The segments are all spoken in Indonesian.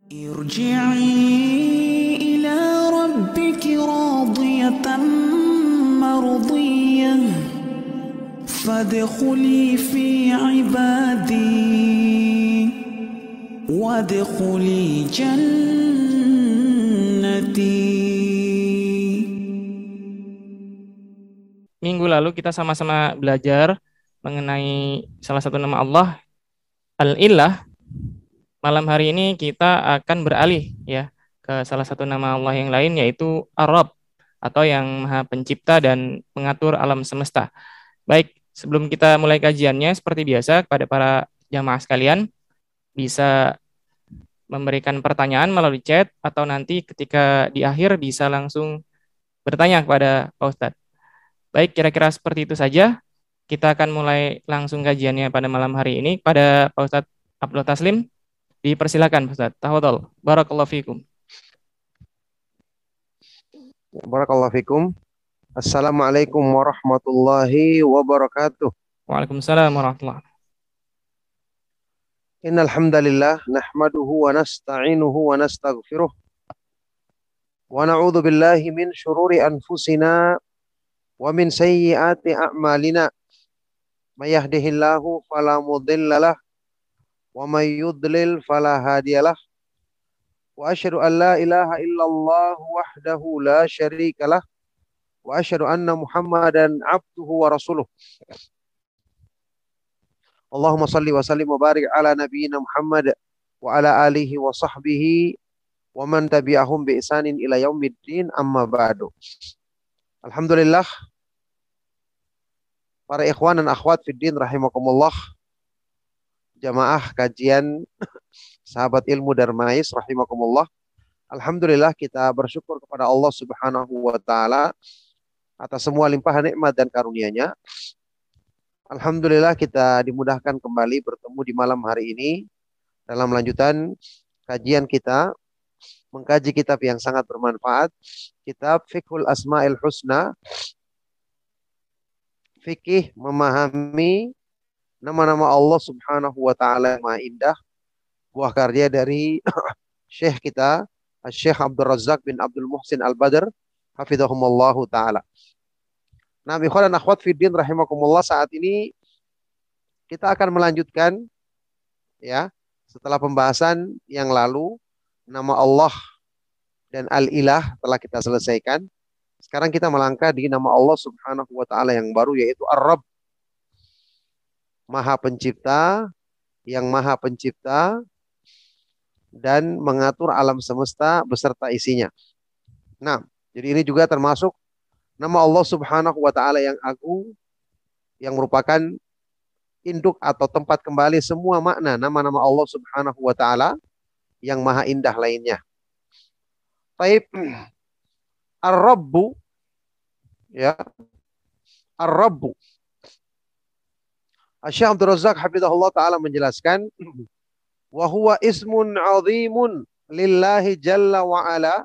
ارجعي إلى ربك راضية مرضية فادخلي في عبادي وادخلي جنتي. Minggu lalu kita sama-sama belajar mengenai salah satu nama Allah, Al-Ilah. Malam hari ini kita akan beralih ya ke salah satu nama Allah yang lain, yaitu Ar-Rabb, atau yang Maha Pencipta dan Pengatur alam semesta. Baik, sebelum kita mulai kajiannya, seperti biasa kepada para jamaah sekalian bisa memberikan pertanyaan melalui chat, atau nanti ketika di akhir bisa langsung bertanya kepada Pak Ustadz. Baik, kira-kira seperti itu saja. Kita akan mulai langsung kajiannya pada malam hari ini. Pada Pak Ustadz Abdul Taslim, dipersilakan Pak Ustadz. Tafadhol. Barakallahu fikum. Barakallahu fikum. Assalamualaikum warahmatullahi wabarakatuh. Waalaikumsalam warahmatullahi wabarakatuh. Innal hamdalillah nahmaduhu wa nasta'inuhu wa nastaghfiruh wa na'udzu billahi min syururi anfusina wa min sayyiati a'malina. May yahdihillahu fala mudhillalah wa may yudlil fala hadiyalah. Wa asyhadu an la ilaha illallah wahdahu la syarikalah wa asyhadu anna Muhammadan abduhu wa rasuluh. Allahumma salli wa sallim wa barik ala nabiyyina Muhammad wa ala alihi wa sahbihi wa man tabi'ahum bi ihsanin ila yaumiddin, amma ba'du. Alhamdulillah, para ikhwan dan akhwat fiddin rahimakumullah, jamaah kajian sahabat ilmu Darmais rahimakumullah. Alhamdulillah, kita bersyukur kepada Allah Subhanahu wa taala atas semua limpahan nikmat dan karunia-Nya. Alhamdulillah, kita dimudahkan kembali bertemu di malam hari ini dalam lanjutan kajian kita mengkaji kitab yang sangat bermanfaat, kitab Fiqhul Asma'il Husna, fikih memahami nama-nama Allah Subhanahu wa taala yang Maha Indah, buah karya dari Syekh kita Syekh Abdul Razak bin Abdul Muhsin Al-Badr hafizahumullahu taala. Nah, ikhwan dan akhwat fiddin rahimakumullah, saat ini kita akan melanjutkan ya, setelah pembahasan yang lalu nama Allah dan Al-Ilah telah kita selesaikan. Sekarang kita melangkah di nama Allah Subhanahu wa taala yang baru, yaitu Ar-Rabb, Maha Pencipta, yang Maha Pencipta dan mengatur alam semesta beserta isinya. Nah, jadi ini juga termasuk nama Allah Subhanahu wa taala yang agung, yang merupakan induk atau tempat kembali semua makna nama-nama Allah Subhanahu wa taala yang maha indah lainnya. Baik, Ar-Rabbu ya. Ar-Rabbu. Syekh Abdul Razak hafizahullah taala menjelaskan, wa huwa ismun 'azimun lillahi jalla wa ala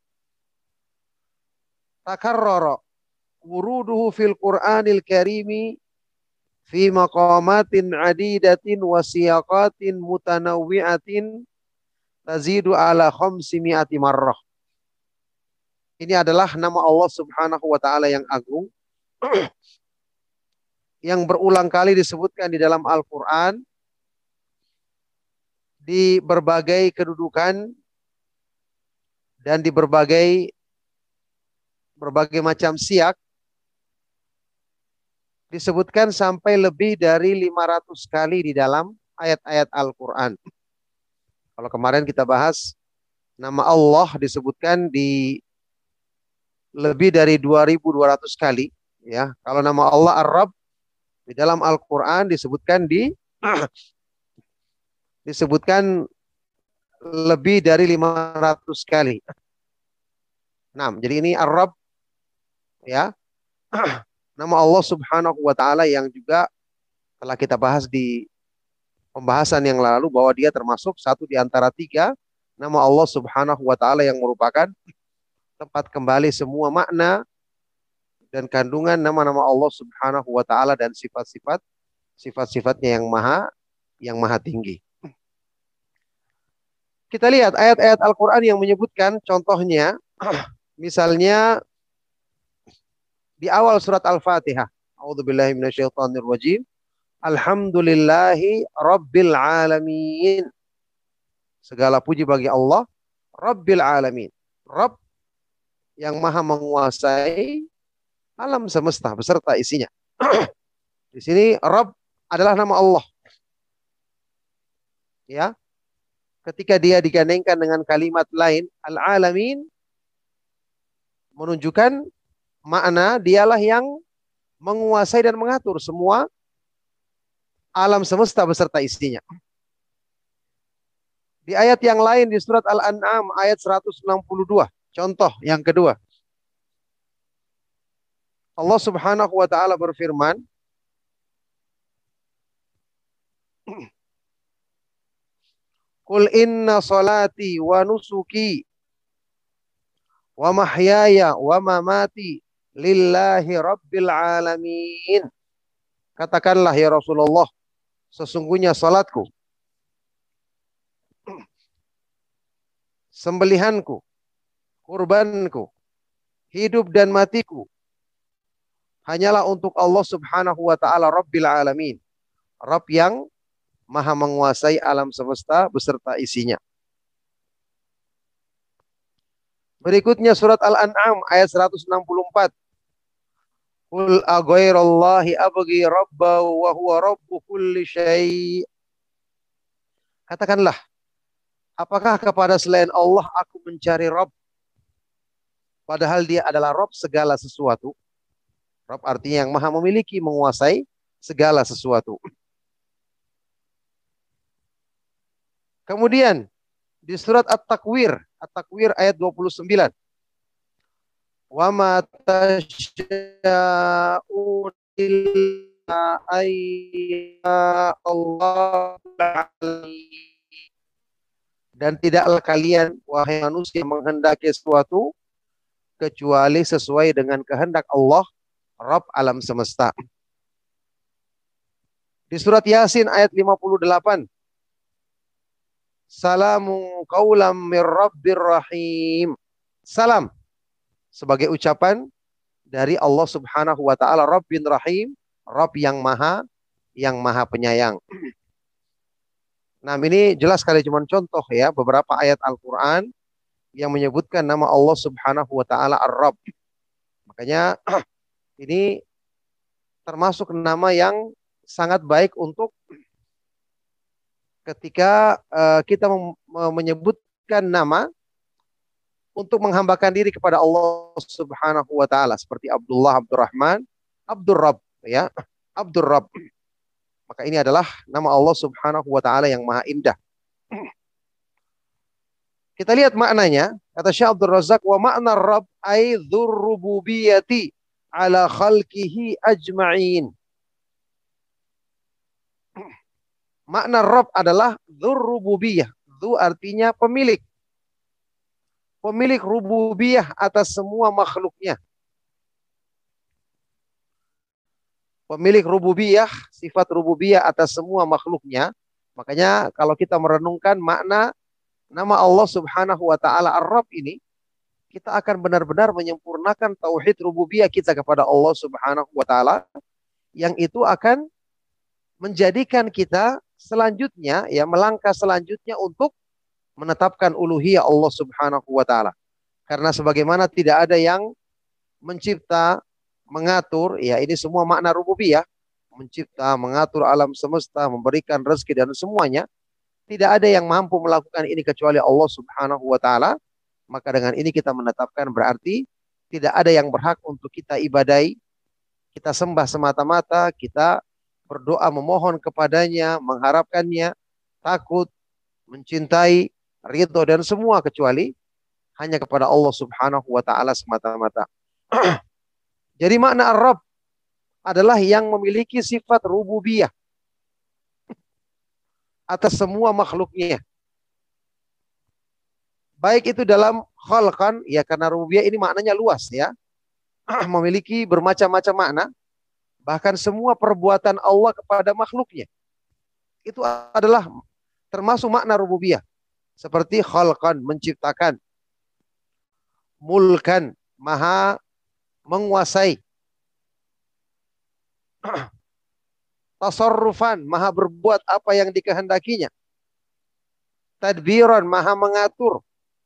takarrara wuruduhu fil Qur'anil Karimi fi maqamatin adidatin wa siyaqatin mutanawwi'atin tazidu ala 500 marrah. Ini adalah nama Allah Subhanahu wa taala yang agung yang berulang kali disebutkan di dalam Al-Qur'an di berbagai kedudukan dan di berbagai macam siyak, disebutkan sampai lebih dari 500 kali di dalam ayat-ayat Al-Quran. Kalau kemarin kita bahas, nama Allah disebutkan di lebih dari 2.200 kali. Ya, kalau nama Allah Ar-Rabb di dalam Al-Quran disebutkan lebih dari 500 kali. Nah, jadi ini Ar-Rabb ya, nama Allah Subhanahu wa taala yang juga telah kita bahas di pembahasan yang lalu, bahwa dia termasuk satu di antara 3 nama Allah Subhanahu wa taala yang merupakan tempat kembali semua makna dan kandungan nama-nama Allah Subhanahu wa taala dan sifat-sifatnya yang maha tinggi. Kita lihat ayat-ayat Al-Quran yang menyebutkan contohnya, misalnya di awal surat Al-Fatihah. A'udzubillahi minasyaitonirrajim. Alhamdulillahi Rabbil Alamin. Segala puji bagi Allah, Rabbil Alamin. Rabb yang maha menguasai alam semesta beserta isinya. Di sini Rabb adalah nama Allah. Ya. Ketika dia digandengkan dengan kalimat lain, Al-Alamin, menunjukkan makna dialah yang menguasai dan mengatur semua alam semesta beserta isinya. Di ayat yang lain di surat Al-An'am ayat 162, contoh yang kedua. Allah Subhanahu wa taala berfirman, Qul inna salati wa nusuki wa mahyaya wa mamati lillahi rabbil alamin. Katakanlah ya Rasulullah, sesungguhnya salatku, sembelihanku, kurbanku, hidup dan matiku hanyalah untuk Allah Subhanahu wa taala Rabbil alamin. Rabb yang maha menguasai alam semesta beserta isinya. Berikutnya surat Al-An'am ayat 164. Qul aghairallahi abghi rabba wa huwa rabbu kulli syai'. Katakanlah, apakah kepada selain Allah aku mencari Rabb, padahal dia adalah Rabb segala sesuatu. Rabb artinya yang maha memiliki, menguasai segala sesuatu. Kemudian di surat At-Takwir ayat 29. Wa ma tasha'un illa ayya Allah. Dan tidaklah kalian wahai manusia menghendaki sesuatu kecuali sesuai dengan kehendak Allah, Rabb alam semesta. Di surat Yasin ayat 58. Salamun qaulam mir rabbir rahim. Salam sebagai ucapan dari Allah Subhanahu wa taala Rabbin Rahim, Rabb yang maha penyayang. Nah, ini jelas sekali cuma contoh ya, beberapa ayat Al-Qur'an yang menyebutkan nama Allah Subhanahu wa taala Ar-Rabb. Makanya ini termasuk nama yang sangat baik untuk ketika kita menyebutkan nama untuk menghambakan diri kepada Allah Subhanahu wa taala seperti Abdullah, Abdurrahman, Abdurrabb ya, Abdurrabb. Maka ini adalah nama Allah Subhanahu wa taala yang maha indah. Kita lihat maknanya, kata Syekh Abdul Razak, wa makna Rabb ay dzurrububiyyati ala khalqihi ajma'in. Makna Rabb adalah dzurrububiyah. Dzu artinya pemilik. Pemilik rububiyah atas semua makhluknya. Pemilik rububiyah, sifat rububiyah atas semua makhluknya. Makanya kalau kita merenungkan makna nama Allah Subhanahu wa taala Ar-Rabb ini, kita akan benar-benar menyempurnakan tauhid rububiyah kita kepada Allah Subhanahu wa taala, yang itu akan menjadikan kita selanjutnya ya melangkah selanjutnya untuk menetapkan uluhiyah Allah Subhanahu wa taala. Karena sebagaimana tidak ada yang mencipta, mengatur, ya ini semua makna rububiyah, mencipta, mengatur alam semesta, memberikan rezeki dan semuanya, tidak ada yang mampu melakukan ini kecuali Allah Subhanahu wa taala. Maka dengan ini kita menetapkan berarti tidak ada yang berhak untuk kita ibadai, kita sembah semata-mata, kita berdoa memohon kepadanya, mengharapkannya, takut, mencintai, ridho dan semua kecuali hanya kepada Allah Subhanahu wa taala semata-mata. Jadi makna Ar-Rabb adalah yang memiliki sifat rububiyah atas semua makhluknya. Baik itu dalam khalqan, ya karena rububiyah ini maknanya luas ya. Memiliki bermacam-macam makna. Bahkan semua perbuatan Allah kepada makhluknya itu adalah termasuk makna rububiyah. Seperti khalqan, menciptakan. Mulkan, maha menguasai. Tasarrufan, maha berbuat apa yang dikehendakinya. Tadbiran, maha mengatur.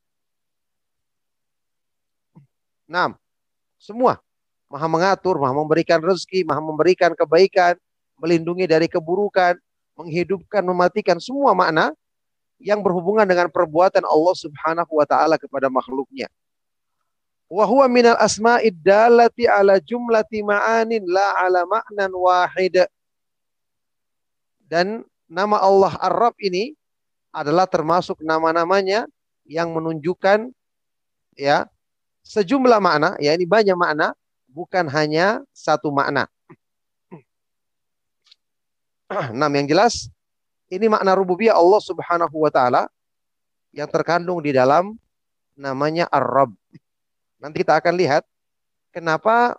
Nah, semua. Maha mengatur, maha memberikan rezeki, maha memberikan kebaikan, melindungi dari keburukan, menghidupkan, mematikan, semua makna yang berhubungan dengan perbuatan Allah Subhanahu wa taala kepada makhluknya. Wa huwa minal asma'id dalati ala jumlati ma'anin la ala ma'nan wahid. Dan nama Allah Ar-Rabb ini adalah termasuk nama-namanya yang menunjukkan ya sejumlah makna, ya ini banyak makna, bukan hanya satu makna. Nah, yang jelas ini makna rububiyah Allah Subhanahu wa taala yang terkandung di dalam namanya Ar-Rabb. Nanti kita akan lihat kenapa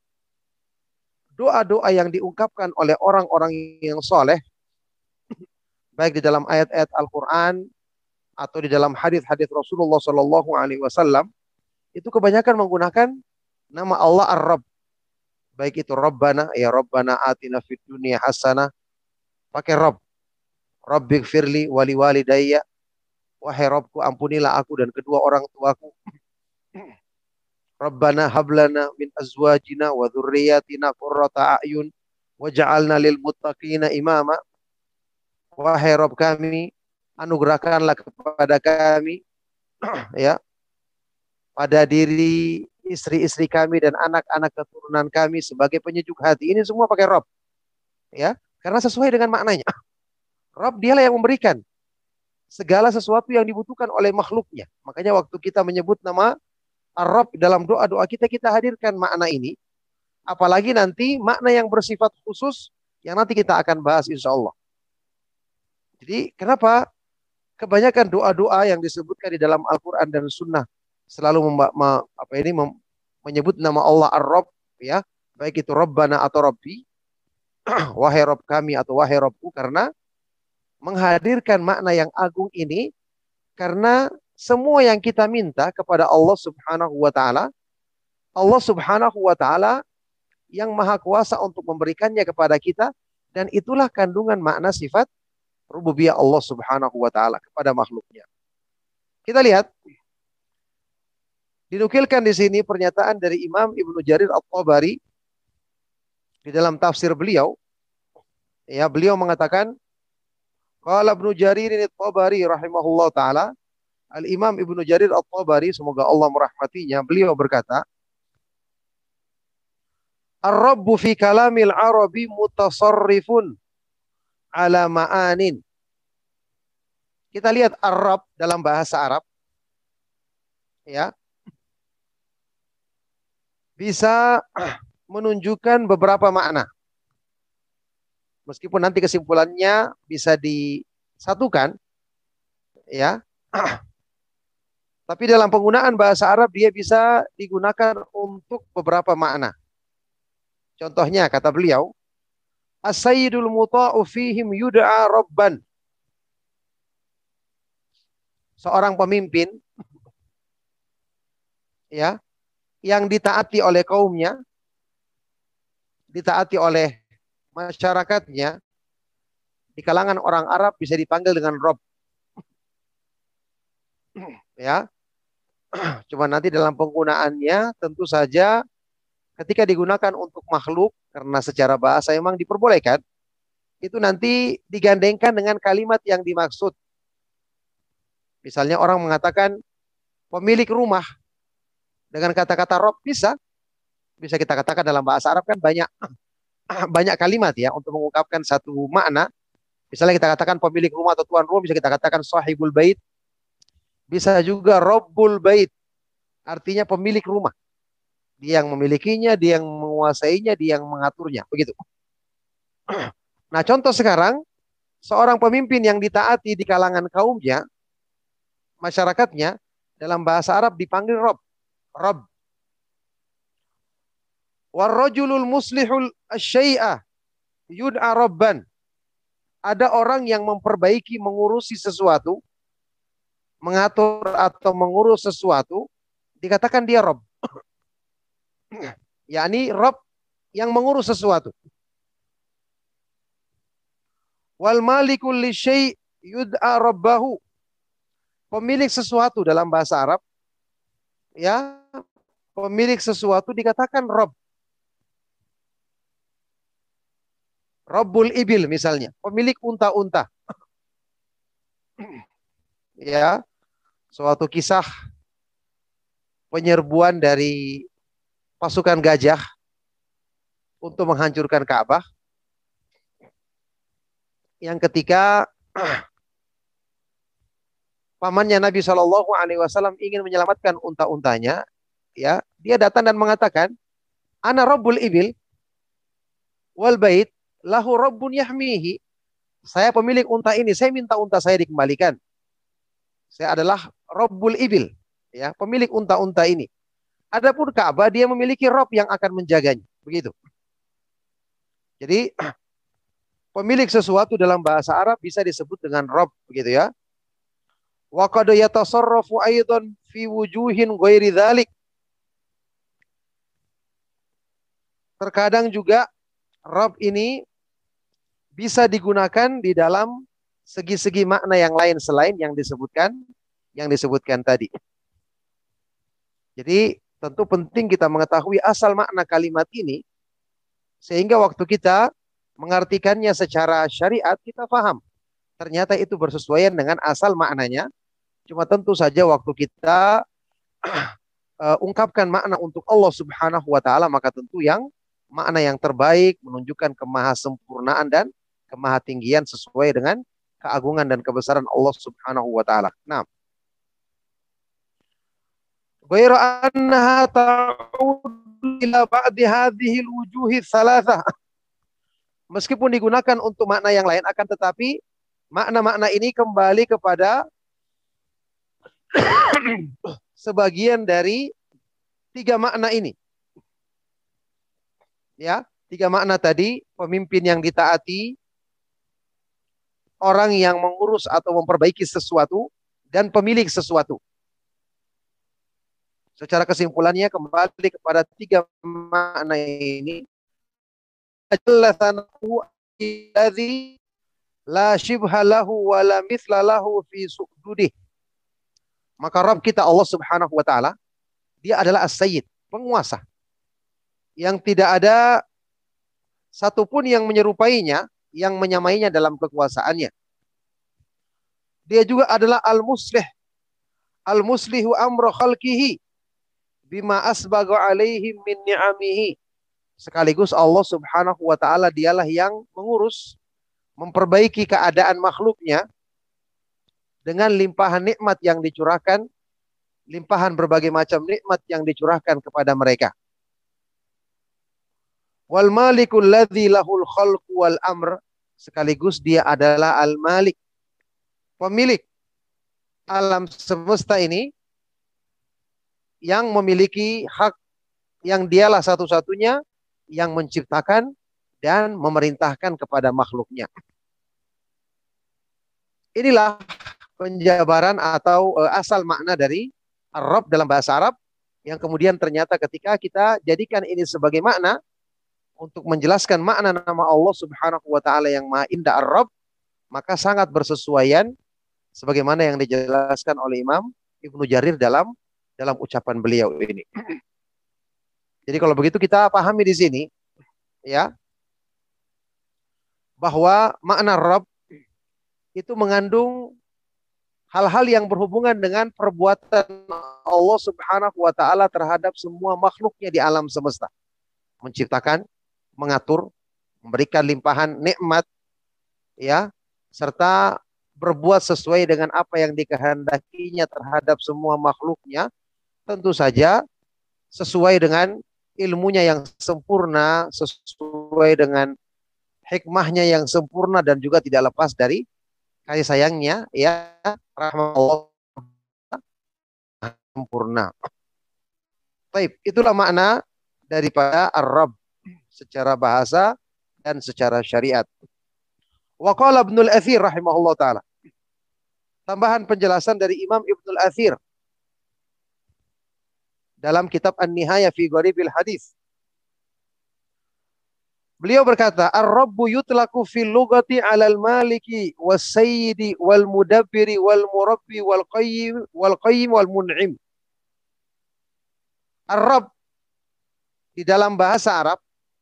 doa-doa yang diungkapkan oleh orang-orang yang soleh, baik di dalam ayat-ayat Al-Quran atau di dalam hadis-hadis Rasulullah Sallallahu Alaihi Wasallam, itu kebanyakan menggunakan nama Allah Ar-Rabb. Baik itu Rabbana, ya Rabbana atina fid dunya hasanah, pakai Rabb. Rabbighfirli wali walidayya, wahai Rabbku ampunilah aku dan kedua orang tuaku. Rabbana hablana min azwajina wa dzurriyyatina qurrata a'yun waj'alna lil muttaqina imama. Wahai Rabb kami, anugerahkanlah kepada kami ya pada diri istri-istri kami dan anak-anak keturunan kami sebagai penyejuk hati. Ini semua pakai Rabb. Ya, karena sesuai dengan maknanya. Rabb dialah yang memberikan segala sesuatu yang dibutuhkan oleh makhluknya. Makanya waktu kita menyebut nama Ar-Rabb dalam doa-doa kita, kita hadirkan makna ini. Apalagi nanti makna yang bersifat khusus yang nanti kita akan bahas insya Allah. Jadi kenapa kebanyakan doa-doa yang disebutkan di dalam Al-Quran dan Sunnah selalu menyebut nama Allah Ar-Rabb, ya, baik itu Rabbana atau Rabbi, wahai Rabb kami atau wahai Rabbku, karena menghadirkan makna yang agung ini, karena semua yang kita minta kepada Allah Subhanahu wa taala, Allah Subhanahu wa taala yang maha kuasa untuk memberikannya kepada kita, dan itulah kandungan makna sifat rububiyah Allah Subhanahu wa taala kepada makhluknya. Kita lihat dinukilkan di sini pernyataan dari Imam Ibnu Jarir At-Tabari di dalam tafsir beliau. Ya, beliau mengatakan, qala Ibnu Jarir At-Tabari rahimahullah taala, Al-Imam Ibnu Jarir At-Tabari, semoga Allah merahmatinya, beliau berkata, Ar-Rabbu fi kalamil Arabi mutasarrifun ala ma'anin. Kita lihat Ar-Rabb dalam bahasa Arab, ya, bisa menunjukkan beberapa makna. Meskipun nanti kesimpulannya bisa disatukan, ya. Tapi dalam penggunaan bahasa Arab dia bisa digunakan untuk beberapa makna. Contohnya kata beliau, As-sayyidul muta'u fihim yud'a rabban. Seorang pemimpin, ya, yang ditaati oleh kaumnya, ditaati oleh masyarakatnya, di kalangan orang Arab bisa dipanggil dengan Rabb. Ya. Cuma nanti dalam penggunaannya tentu saja ketika digunakan untuk makhluk, karena secara bahasa memang diperbolehkan, itu nanti digandengkan dengan kalimat yang dimaksud. Misalnya orang mengatakan pemilik rumah dengan kata-kata Rabb, bisa kita katakan dalam bahasa Arab kan banyak kalimat ya untuk mengungkapkan satu makna. Misalnya kita katakan pemilik rumah atau tuan rumah, bisa kita katakan sahibul bait, bisa juga Rabbul bait, artinya pemilik rumah. Dia yang memilikinya, dia yang menguasainya, dia yang mengaturnya, begitu. Nah, contoh sekarang, seorang pemimpin yang ditaati di kalangan kaumnya, masyarakatnya, dalam bahasa Arab dipanggil Rabb. Rabb. Warrajulul muslihul asyai'ah yud'a rabban. Ada orang yang memperbaiki, mengurusi sesuatu, mengatur atau mengurus sesuatu, dikatakan dia Rob. Yakni Rob yang mengurus sesuatu. Wal malikul lisyai' yud'a rabbahu. Pemilik sesuatu dalam bahasa Arab, ya, pemilik sesuatu dikatakan Rob. Rabbul ibil misalnya, pemilik unta-unta. Ya, suatu kisah penyerbuan dari pasukan gajah untuk menghancurkan Ka'bah. Yang ketika pamannya Nabi Shallallahu Alaihi Wasallam ingin menyelamatkan unta-untanya, ya, dia datang dan mengatakan, Ana Rabbul ibil wal bait lahu Rabbun yahmihi. Saya pemilik unta ini, saya minta unta saya dikembalikan. Saya adalah Rabbul ibil, ya, pemilik unta-unta ini. Adapun Ka'bah dia memiliki Rabb yang akan menjaganya, begitu. Jadi pemilik sesuatu dalam bahasa Arab bisa disebut dengan Rabb, begitu ya. Wa qad yatasarrafu aidan fi wujuhin ghairi dzalik. Terkadang juga Rabb ini bisa digunakan di dalam segi-segi makna yang lain selain yang disebutkan tadi. Jadi tentu penting kita mengetahui asal makna kalimat ini sehingga waktu kita mengartikannya secara syariat kita paham. Ternyata itu bersesuaian dengan asal maknanya. Cuma tentu saja waktu kita ungkapkan makna untuk Allah Subhanahu wa taala, maka tentu yang makna yang terbaik menunjukkan kemahasempurnaan dan kemahatinggian sesuai dengan keagungan dan kebesaran Allah Subhanahu wa taala. Nah, ghairu annaha ta'ud ila ba'di hadhihi al-wujuhi tsalatsah. Meskipun digunakan untuk makna yang lain, akan tetapi makna-makna ini kembali kepada sebagian dari tiga makna ini. Ya, tiga makna tadi, pemimpin yang ditaati, orang yang mengurus atau memperbaiki sesuatu, dan pemilik sesuatu. Secara kesimpulannya kembali kepada tiga makna ini. Alladzi la shibha lahu wa la mithla lahu fi sududih. Maka Rabb kita Allah Subhanahu wa taala, dia adalah As-Sayyid, penguasa. Yang tidak ada satupun yang menyerupainya, yang menyamainya dalam kekuasaannya. Dia juga adalah Al-Muslih, Al-Muslihu amra khalqihi bima asbagha alaihim min ni'amihi. Sekaligus Allah Subhanahu wa taala dialah yang mengurus, memperbaiki keadaan makhluknya dengan limpahan nikmat yang dicurahkan, limpahan berbagai macam nikmat yang dicurahkan kepada mereka. Wal malikul ladzi lahul khalqu wal amr, sekaligus dia adalah al-malik, pemilik alam semesta ini yang memiliki hak, yang dialah satu-satunya yang menciptakan dan memerintahkan kepada makhluknya. Inilah penjabaran atau asal makna dari Ar-Rabb dalam bahasa Arab, yang kemudian ternyata ketika kita jadikan ini sebagai makna untuk menjelaskan makna nama Allah Subhanahu wa taala yang Maha Indah Ar-Rabb, maka sangat bersesuaian sebagaimana yang dijelaskan oleh Imam Ibnu Jarir dalam ucapan beliau ini. Jadi kalau begitu kita pahami di sini, ya, bahwa makna Rabb itu mengandung hal-hal yang berhubungan dengan perbuatan Allah Subhanahu wa taala terhadap semua makhluknya di alam semesta. Menciptakan, mengatur, memberikan limpahan nikmat, ya, serta berbuat sesuai dengan apa yang dikehendakinya terhadap semua makhluknya, tentu saja sesuai dengan ilmunya yang sempurna, sesuai dengan hikmahnya yang sempurna, dan juga tidak lepas dari kasih sayangnya, ya, rahmat Allah sempurna. Baik, itulah makna daripada Ar-Rabb secara bahasa dan secara syariat. Wa qala Ibnul Athir rahimahullah taala, tambahan penjelasan dari Imam Ibnul Athir dalam kitab An-Nihaya fi Gharibil Hadis. Beliau berkata, Ar-Rabbu yutlaku fil lugati 'alal maliki was sayyidi wal mudabbiri wal murabbi wal qayyim wal mun'im. Ar-Rabb di dalam bahasa Arab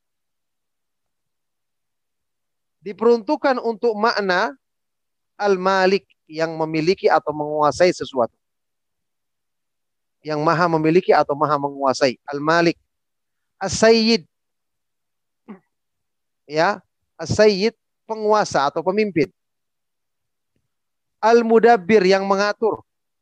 diperuntukkan untuk makna al-malik, yang memiliki atau menguasai sesuatu. Yang maha memiliki atau maha menguasai. Al-malik. As-sayyid, ya, as-sayyid, penguasa atau pemimpin. Al-mudabbir, yang mengatur.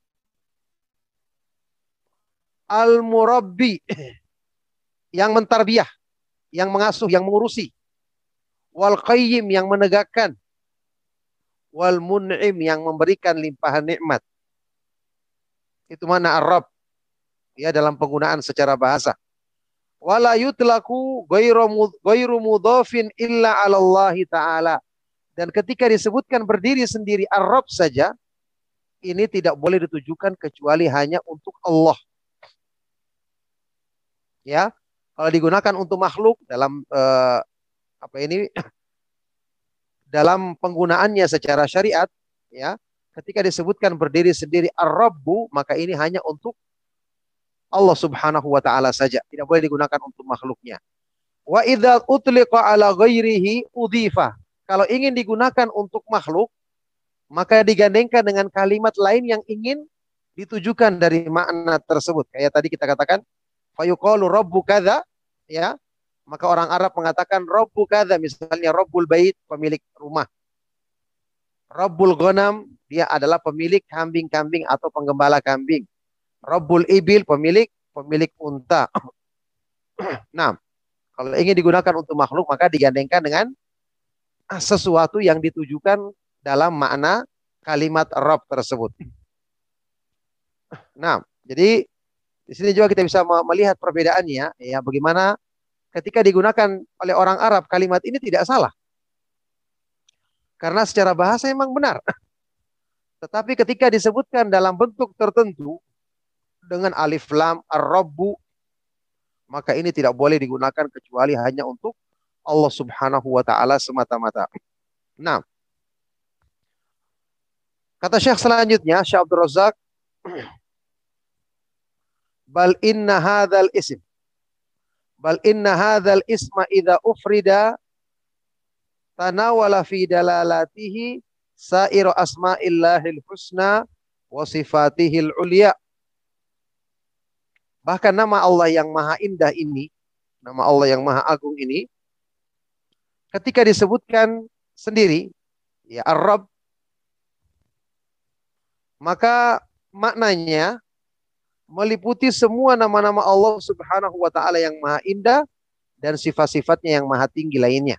Al-murabbi, yang mentarbiyah, yang mengasuh, yang mengurusi. Wal qayyim, yang menegakkan. Wal mun'im, yang memberikan limpahan nikmat. Itu mana ar-rabb, ya, dalam penggunaan secara bahasa. Wala yutlaku ghairu mudhafin illa 'ala Allah taala. Dan ketika disebutkan berdiri sendiri ar-rabb saja, ini tidak boleh ditujukan kecuali hanya untuk Allah. Ya, kalau digunakan untuk makhluk dalam dalam penggunaannya secara syariat, ya, ketika disebutkan berdiri sendiri ar-rabbu, maka ini hanya untuk Allah Subhanahu wa taala saja, tidak boleh digunakan untuk makhluknya. Wa idza utliqa ala ghairihi udhifa. Kalau ingin digunakan untuk makhluk, maka digandengkan dengan kalimat lain yang ingin ditujukan dari makna tersebut. Kayak tadi kita katakan fayuqalu rabbu kadza, ya. Maka orang Arab mengatakan Rabbu kadza, misalnya Rabbul bait, pemilik rumah. Rabbul ghanam, dia adalah pemilik kambing-kambing atau penggembala kambing. Rabbul ibil, pemilik unta. Nah, kalau ingin digunakan untuk makhluk, maka digandengkan dengan sesuatu yang ditujukan dalam makna kalimat Rabb tersebut. Nah, jadi di sini juga kita bisa melihat perbedaannya, ya, bagaimana ketika digunakan oleh orang Arab, kalimat ini tidak salah. Karena secara bahasa memang benar. Tetapi ketika disebutkan dalam bentuk tertentu, dengan alif lam, ar-rabbu, maka ini tidak boleh digunakan kecuali hanya untuk Allah Subhanahu wa ta'ala semata-mata. Nah, kata Syekh selanjutnya, Syekh Abdul Razak, bal inna hadzal ism, bal inna hadzal isma idza ufrida tanawala fi dalalatihi sairu asma'illahil husna wa sifatihil ulya. Bahkan nama Allah yang maha indah ini, nama Allah yang maha agung ini, ketika disebutkan sendiri, ya, ar-rabb, maka maknanya meliputi semua nama-nama Allah Subhanahu wa ta'ala yang maha indah dan sifat-sifatnya yang maha tinggi lainnya.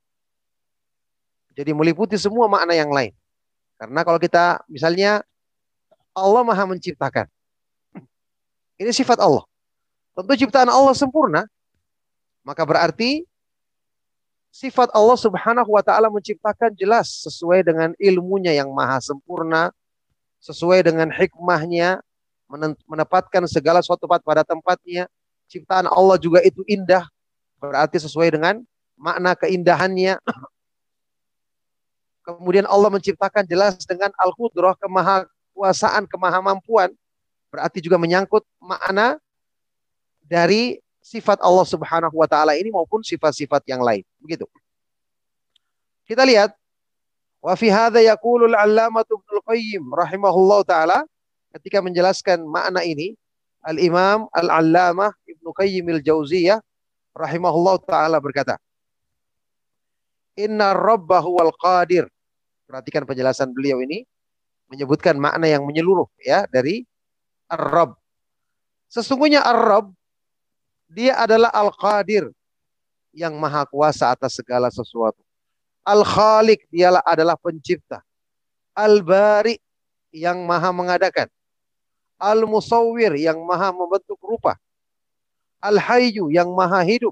Jadi meliputi semua makna yang lain. Karena kalau kita misalnya Allah maha menciptakan, ini sifat Allah. Tentu ciptaan Allah sempurna, maka berarti sifat Allah Subhanahu wa ta'ala menciptakan jelas sesuai dengan ilmunya yang maha sempurna, sesuai dengan hikmahnya, menempatkan segala sesuatu pada tempatnya. Ciptaan Allah juga itu indah, berarti sesuai dengan makna keindahannya. Kemudian Allah menciptakan jelas dengan al-qudrah, kemahakuasaan, kemahamampuan, berarti juga menyangkut makna dari sifat Allah Subhanahu wa ta'ala ini maupun sifat-sifat yang lain. Begitu. Kita lihat, wa fi hadza yaqulul 'allamatu Ibnul Qayyim rahimahullahu taala, ketika menjelaskan makna ini, Al-Imam Al-Allamah Ibnu Qayyim Al-Jauziyah rahimahullahu taala berkata, Inna Rabba huwal qadir. Perhatikan penjelasan beliau ini menyebutkan makna yang menyeluruh, ya, dari Ar-Rabb. Sesungguhnya Ar-Rabb, dia adalah Al-Qadir, yang maha kuasa atas segala sesuatu. Al-Khaliq, dialah adalah pencipta. Al-Bari, yang maha mengadakan. Al-Musawwir, yang maha membentuk rupa. Al-Hayyu, yang maha hidup.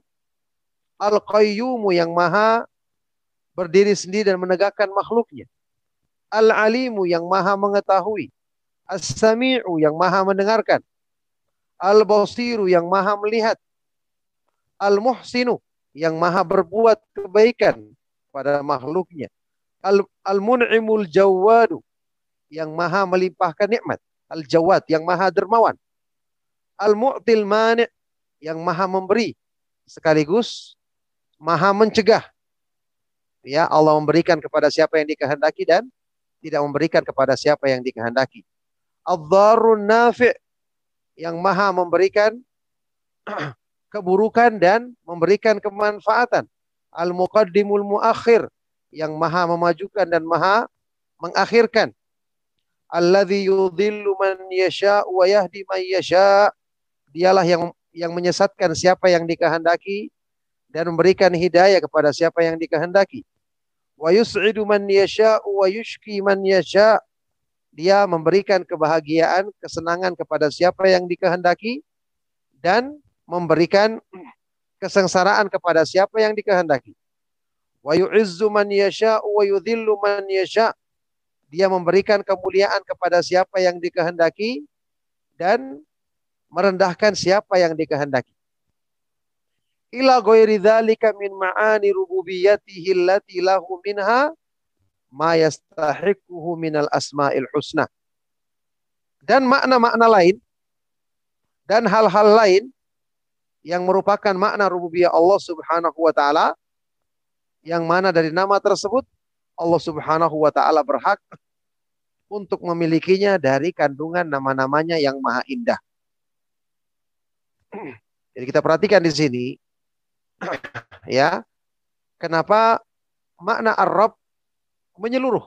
Al-Qayyumu, yang maha berdiri sendiri dan menegakkan makhluknya. Al-alimu yang maha mengetahui, as-sami'u yang maha mendengarkan, al-basiru yang maha melihat, al-muhsinu yang maha berbuat kebaikan pada makhluknya, al-mun'imul jawadu yang maha melimpahkan nikmat, al-jawad yang maha dermawan, al-mu'til mani' yang maha memberi sekaligus maha mencegah. Ya, Allah memberikan kepada siapa yang dikehendaki dan tidak memberikan kepada siapa yang dikehendaki. Ad-dharrun nafi' yang maha memberikan keburukan dan memberikan kemanfaatan. Al-muqaddimul muakhir yang maha memajukan dan maha mengakhirkan. Alladzi yudhillu man yasha wa yahdi man yasha. Dialah yang menyesatkan siapa yang dikehendaki dan memberikan hidayah kepada siapa yang dikehendaki. Wa yus'idu man yasha wa yushki man yasha. Dia memberikan kebahagiaan, kesenangan kepada siapa yang dikehendaki dan memberikan kesengsaraan kepada siapa yang dikehendaki. Wa yu'izzu man yasha wa yudhillu man yasha. Dia memberikan kemuliaan kepada siapa yang dikehendaki dan merendahkan siapa yang dikehendaki. Ila ghairi dzalika min ma'ani rububiyyatihi allati lahu minha ma yastahiquhu minal asma'il husna. Dan makna-makna lain dan hal-hal lain yang merupakan makna rububiyah Allah Subhanahu wa taala, yang mana dari nama tersebut Allah Subhanahu wa taala berhak untuk memilikinya dari kandungan nama-namanya yang maha indah. Jadi kita perhatikan di sini ya, kenapa makna Ar-Rabb menyeluruh.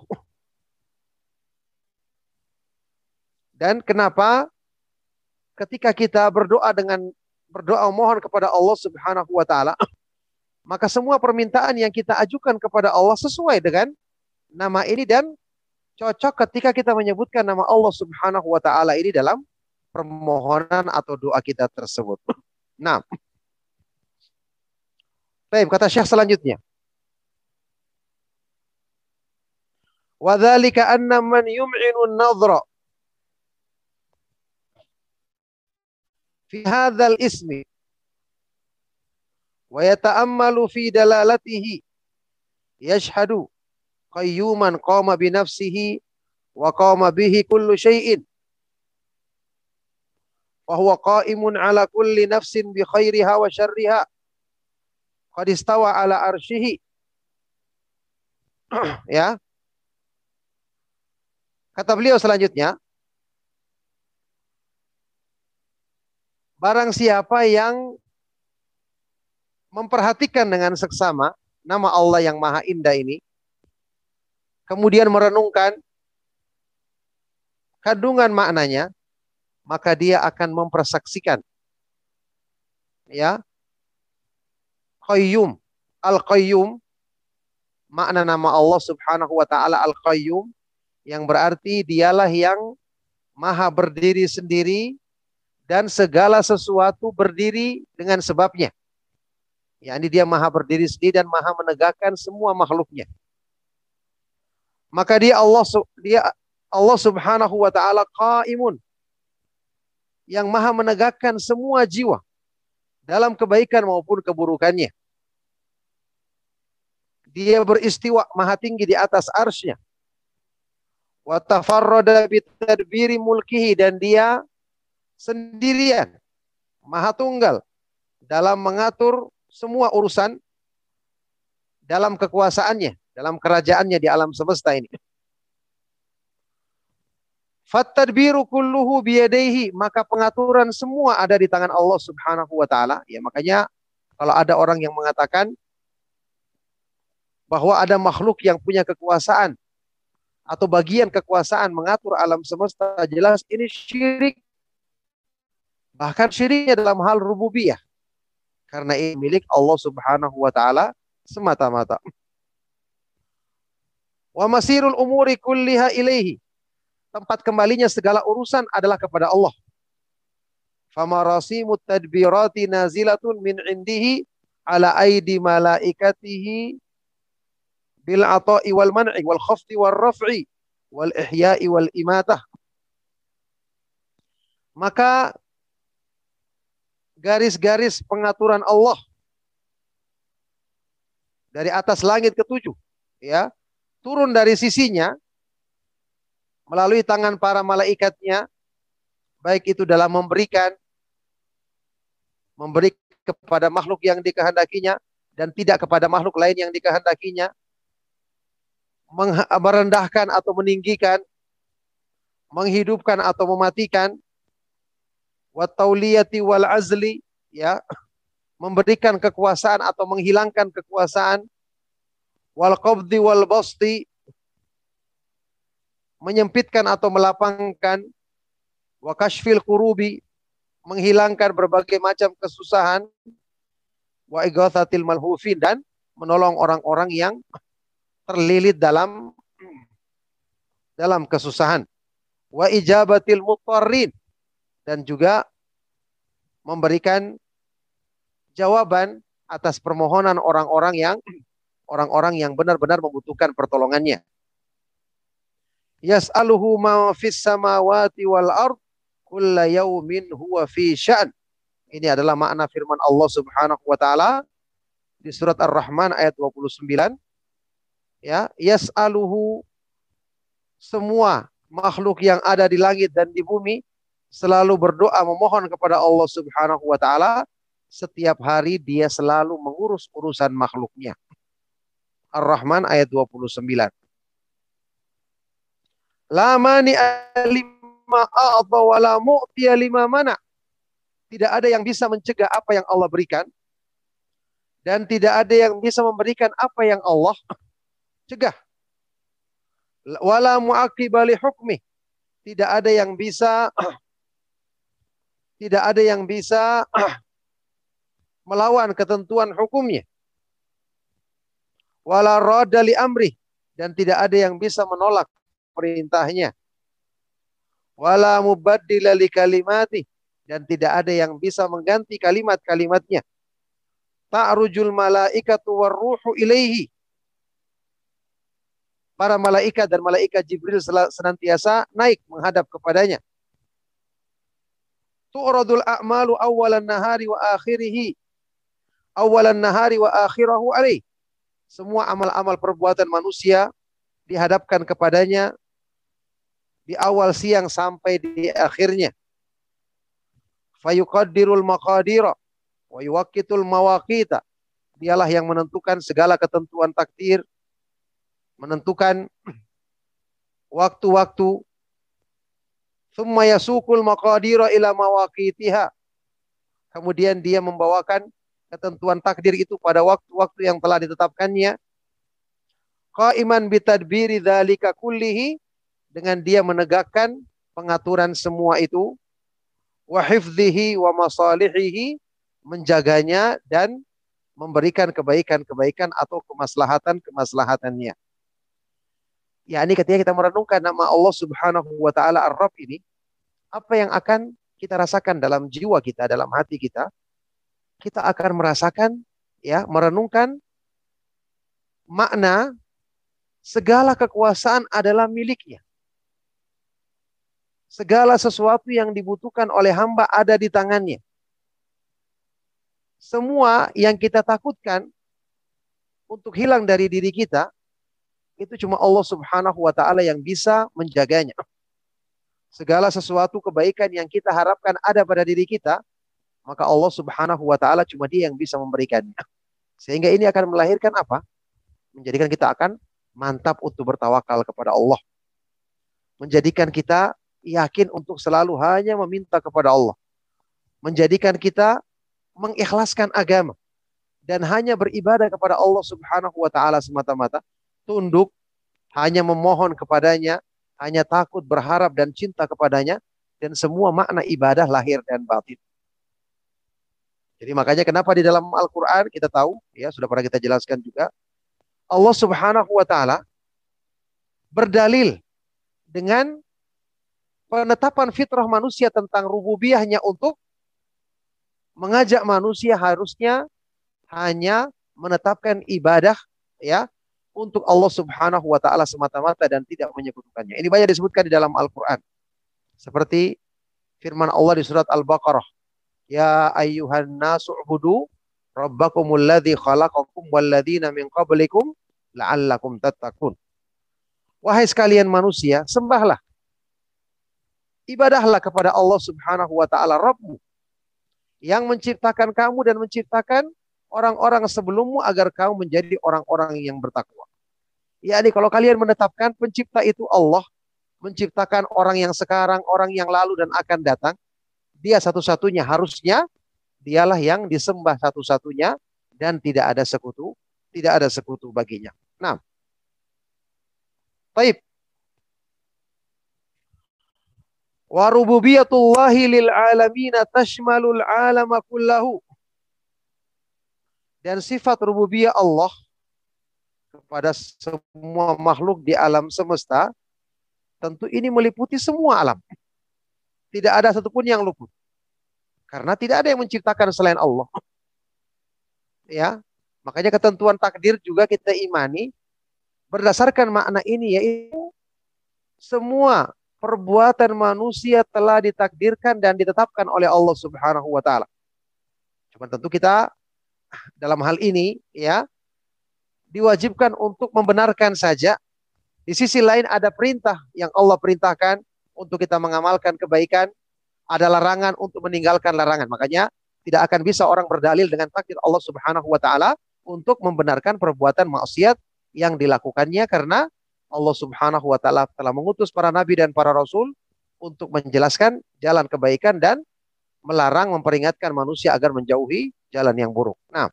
Dan kenapa ketika kita berdoa mohon kepada Allah Subhanahu wa taala, maka semua permintaan yang kita ajukan kepada Allah sesuai dengan nama ini dan cocok ketika kita menyebutkan nama Allah Subhanahu wa taala ini dalam permohonan atau doa kita tersebut. Nah, baik, kata Syekh selanjutnya. Wa dzalika anna man yum'inu an-nadhra fi hadzal ismi wa yata'ammalu fi dalalatihi yashhadu qayyuman qama bi nafsihi wa qama bihi kullu syai'in wa huwa qa'imun ala kulli nafsin bi khairiha wa syarriha qad istawa ala arsyihi. Ya. Kata beliau selanjutnya, barang siapa yang memperhatikan dengan seksama nama Allah yang maha indah ini, kemudian merenungkan kandungan maknanya, maka dia akan mempersaksikan ya, Qayyum. Al-Qayyum, makna nama Allah Subhanahu wa taala Al-Qayyum, yang berarti dialah yang maha berdiri sendiri dan segala sesuatu berdiri dengan sebabnya. yakni dia maha berdiri sendiri dan maha menegakkan semua makhluknya. Maka Allah Subhanahu wa taala qaimun, yang maha menegakkan semua jiwa dalam kebaikan maupun keburukannya. Dia beristiwa maha tinggi di atas arsy-Nya. Wa tafarrada bitadbiri mulkihi, dan dia sendirian, maha tunggal dalam mengatur semua urusan dalam kekuasaannya, dalam kerajaannya di alam semesta ini. Fattadbiru kulluhu biyadaihi, maka pengaturan semua ada di tangan Allah Subhanahu wa taala. Ya, makanya kalau ada orang yang mengatakan bahwa ada makhluk yang punya kekuasaan atau bagian kekuasaan mengatur alam semesta, jelas ini syirik. Bahkan syiriknya dalam hal rububiyah. Karena ini milik Allah Subhanahu wa taala semata-mata. Wa masirul umuri kulliha ilaihi, tempat kembalinya segala urusan adalah kepada Allah. Famarasimut tadbirati nazilatun min indihi ala aidi malaikatihi bil ata'i wal man'i wal khafdi wal raf'i wal ihya'i wal imatah. Maka garis-garis pengaturan Allah dari atas langit ketujuh, ya, turun dari sisinya melalui tangan para malaikatnya, baik itu dalam memberi kepada makhluk yang dikehendakinya dan tidak kepada makhluk lain yang dikehendakinya, merendahkan atau meninggikan, menghidupkan atau mematikan, wa tauliyati wal azli, ya, memberikan kekuasaan atau menghilangkan kekuasaan, wal qabdi wal basti, menyempitkan atau melapangkan, wa kashfil kurubi, menghilangkan berbagai macam kesusahan, wa igathatil malhufin, dan menolong orang-orang yang terlilit dalam kesusahan, wa ijabatil mutarrin, dan juga memberikan jawaban atas permohonan orang-orang yang benar-benar membutuhkan pertolongannya. Yas'aluhu ma fis samawati wal ard kulla yaumin huwa fi sya'n. Ini adalah makna firman Allah Subhanahu wa taala di surat Ar-Rahman ayat 29. Ya, yas'aluhu, semua makhluk yang ada di langit dan di bumi selalu berdoa memohon kepada Allah Subhanahu wa taala. Setiap hari dia selalu mengurus urusan makhluknya. Ar-Rahman ayat 29. La mani'a lima a'ta wa la mu'tiya lima mana. Tidak ada yang bisa mencegah apa yang Allah berikan, dan tidak ada yang bisa memberikan apa yang Allah cegah. Wala mu'aqiba li hukmi. Tidak ada yang bisa melawan ketentuan hukumnya. Wala radda li amri, dan tidak ada yang bisa menolak perintahnya. Wala mubaddila li kalimati, dan tidak ada yang bisa mengganti kalimat-kalimatnya. Ta'rujul malaikatu warruhu ilaihi. Para malaikat dan malaikat Jibril senantiasa naik menghadap kepadanya. Tu'radul a'malu awalan nahari wa akhirahu alaih. Semua amal-amal perbuatan manusia dihadapkan kepadanya di awal siang sampai di akhirnya. Fayuqaddirul maqadira wa yuwaqqitul mawaqita. Dialah yang menentukan segala ketentuan takdir, menentukan waktu-waktu. Thumma yasuqul maqadira ila mawaqitiha. Kemudian dia membawakan ketentuan takdir itu pada waktu-waktu yang telah ditetapkannya. Qaiman bitadbiri dzalika kullihi, dengan dia menegakkan pengaturan semua itu. Wa hifdhihi wa masalihihi, menjaganya dan memberikan kebaikan-kebaikan atau kemaslahatan-kemaslahatannya. Ya, ini ketika kita merenungkan nama Allah Subhanahu wa taala Ar-Rabb ini, apa yang akan kita rasakan dalam jiwa kita, dalam hati kita? Kita akan merasakan, ya, merenungkan makna segala kekuasaan adalah miliknya. Segala sesuatu yang dibutuhkan oleh hamba ada di tangannya. Semua yang kita takutkan untuk hilang dari diri kita, itu cuma Allah Subhanahu wa taala yang bisa menjaganya. Segala sesuatu kebaikan yang kita harapkan ada pada diri kita, maka Allah Subhanahu wa taala cuma Dia yang bisa memberikannya. Sehingga ini akan melahirkan apa? Menjadikan kita akan mantap untuk bertawakal kepada Allah. Menjadikan kita yakin untuk selalu hanya meminta kepada Allah. Menjadikan kita mengikhlaskan agama dan hanya beribadah kepada Allah Subhanahu wa taala semata-mata. Tunduk, hanya memohon kepadanya, hanya takut, berharap dan cinta kepadanya, dan semua makna ibadah lahir dan batin. Jadi makanya kenapa di dalam Al-Quran kita tahu, ya sudah pernah kita jelaskan juga, Allah Subhanahu wa taala berdalil dengan penetapan fitrah manusia tentang rububiyahnya untuk mengajak manusia harusnya hanya menetapkan ibadah, ya, untuk Allah Subhanahu wa taala semata-mata dan tidak menyekutukannya. Ini banyak disebutkan di dalam Al-Qur'an. Seperti firman Allah di surat Al-Baqarah, "Ya ayyuhan nasu ubudu rabbakumul ladzi khalaqakum walladzina min qablikum la'allakum tattaqun." Wahai sekalian manusia, sembahlah, ibadahlah kepada Allah Subhanahu wa taala Rabbmu yang menciptakan kamu dan menciptakan orang-orang sebelummu agar kamu menjadi orang-orang yang bertakwa. Yani kalau kalian menetapkan pencipta itu Allah, menciptakan orang yang sekarang, orang yang lalu dan akan datang, dia satu-satunya, harusnya dialah yang disembah satu-satunya dan tidak ada sekutu baginya. Nah, baik. Wa rububiyatullahi lil alamina tashmalul alama kullahu. Dan sifat rububiyah Allah kepada semua makhluk di alam semesta, tentu ini meliputi semua alam. Tidak ada satupun yang luput. Karena tidak ada yang menciptakan selain Allah. Ya, makanya ketentuan takdir juga kita imani berdasarkan makna ini, yaitu semua perbuatan manusia telah ditakdirkan dan ditetapkan oleh Allah Subhanahu wa taala. Cuma tentu kita dalam hal ini ya diwajibkan untuk membenarkan saja. Di sisi lain ada perintah yang Allah perintahkan untuk kita mengamalkan kebaikan, ada larangan untuk meninggalkan larangan. Makanya tidak akan bisa orang berdalil dengan takdir Allah Subhanahu wa taala untuk membenarkan perbuatan maksiat yang dilakukannya, karena Allah Subhanahu wa taala telah mengutus para nabi dan para rasul untuk menjelaskan jalan kebaikan dan melarang, memperingatkan manusia agar menjauhi jalan yang buruk. Nah,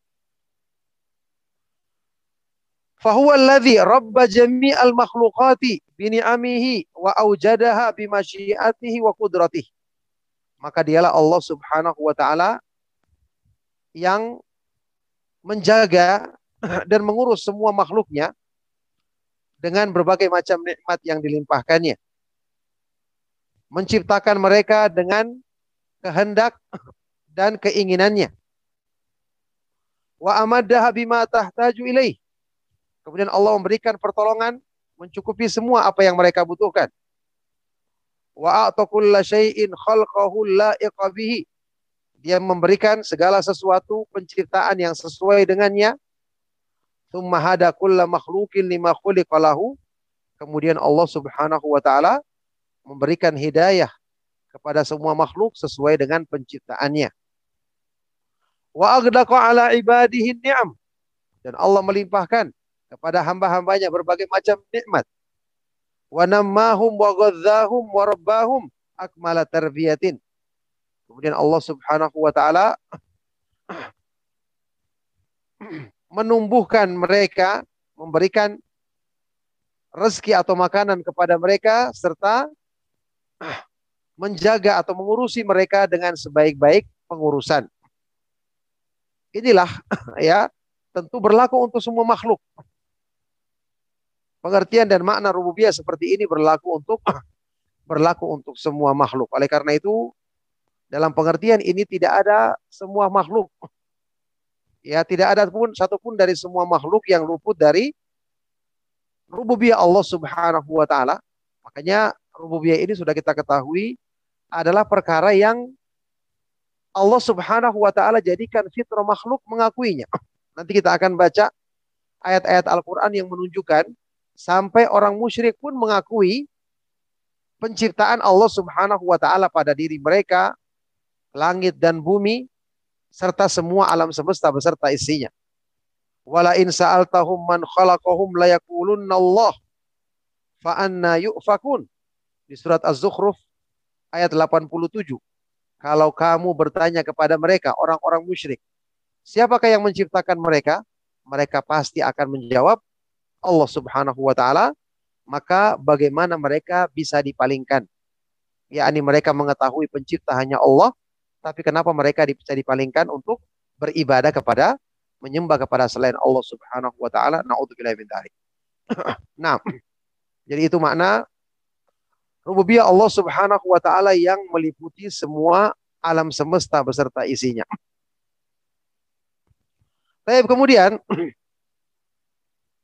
fahuwa alladhi rabba jami'al makhluqati bini'amihi wa aujadaha bimasyiatihi wa qudratihi. Maka dialah Allah Subhanahu wa taala yang menjaga dan mengurus semua makhluknya dengan berbagai macam nikmat yang dilimpahkannya. Menciptakan mereka dengan kehendak dan keinginannya. Wa amaddaha bima tahtaju ilaih. Kemudian Allah memberikan pertolongan mencukupi semua apa yang mereka butuhkan. Wa a'ta kulla syai'in khalqahu la'iqa bihi. Dia memberikan segala sesuatu penciptaan yang sesuai dengannya. Tsumma hada kulla makhluqin lima khuliqa lahu. Kemudian Allah Subhanahu wa taala memberikan hidayah kepada semua makhluk sesuai dengan penciptaannya. Wa agdaqa ala ibadihi ni'am. Dan Allah melimpahkan kepada hamba-hambanya berbagai macam nikmat. Wa nammahum wa ghadzahum wa rabbahum akmala tarbiyatin. Kemudian Allah Subhanahu wa taala menumbuhkan mereka, memberikan rezeki atau makanan kepada mereka, serta menjaga atau mengurusi mereka dengan sebaik-baik pengurusan. Inilah ya, tentu berlaku untuk semua makhluk. Pengertian dan makna rububiyah seperti ini berlaku untuk semua makhluk. Oleh karena itu, dalam pengertian ini tidak ada semua makhluk. Ya, tidak ada pun satupun dari semua makhluk yang luput dari rububiyah Allah Subhanahu wa taala. Makanya rububiyah ini sudah kita ketahui adalah perkara yang Allah Subhanahu wa taala jadikan fitrah makhluk mengakuinya. Nanti kita akan baca ayat-ayat Al-Qur'an yang menunjukkan sampai orang musyrik pun mengakui penciptaan Allah Subhanahu wa taala pada diri mereka, langit dan bumi serta semua alam semesta beserta isinya. Wala in sa'altahum man khalaqahum layaqulunna Allah fa anna yufakun. Di surat Az-Zukhruf ayat 87. Kalau kamu bertanya kepada mereka, orang-orang musyrik, siapakah yang menciptakan mereka? Mereka pasti akan menjawab Allah Subhanahu wa taala. Maka bagaimana mereka bisa dipalingkan? Yakni mereka mengetahui pencipta hanya Allah, tapi kenapa mereka bisa dipalingkan untuk beribadah kepada, menyembah kepada selain Allah Subhanahu wa taala? Na'udzubillahi min dzalik. Nah, jadi itu makna rububiyah Allah Subhanahu wa taala yang meliputi semua alam semesta beserta isinya. Baik, kemudian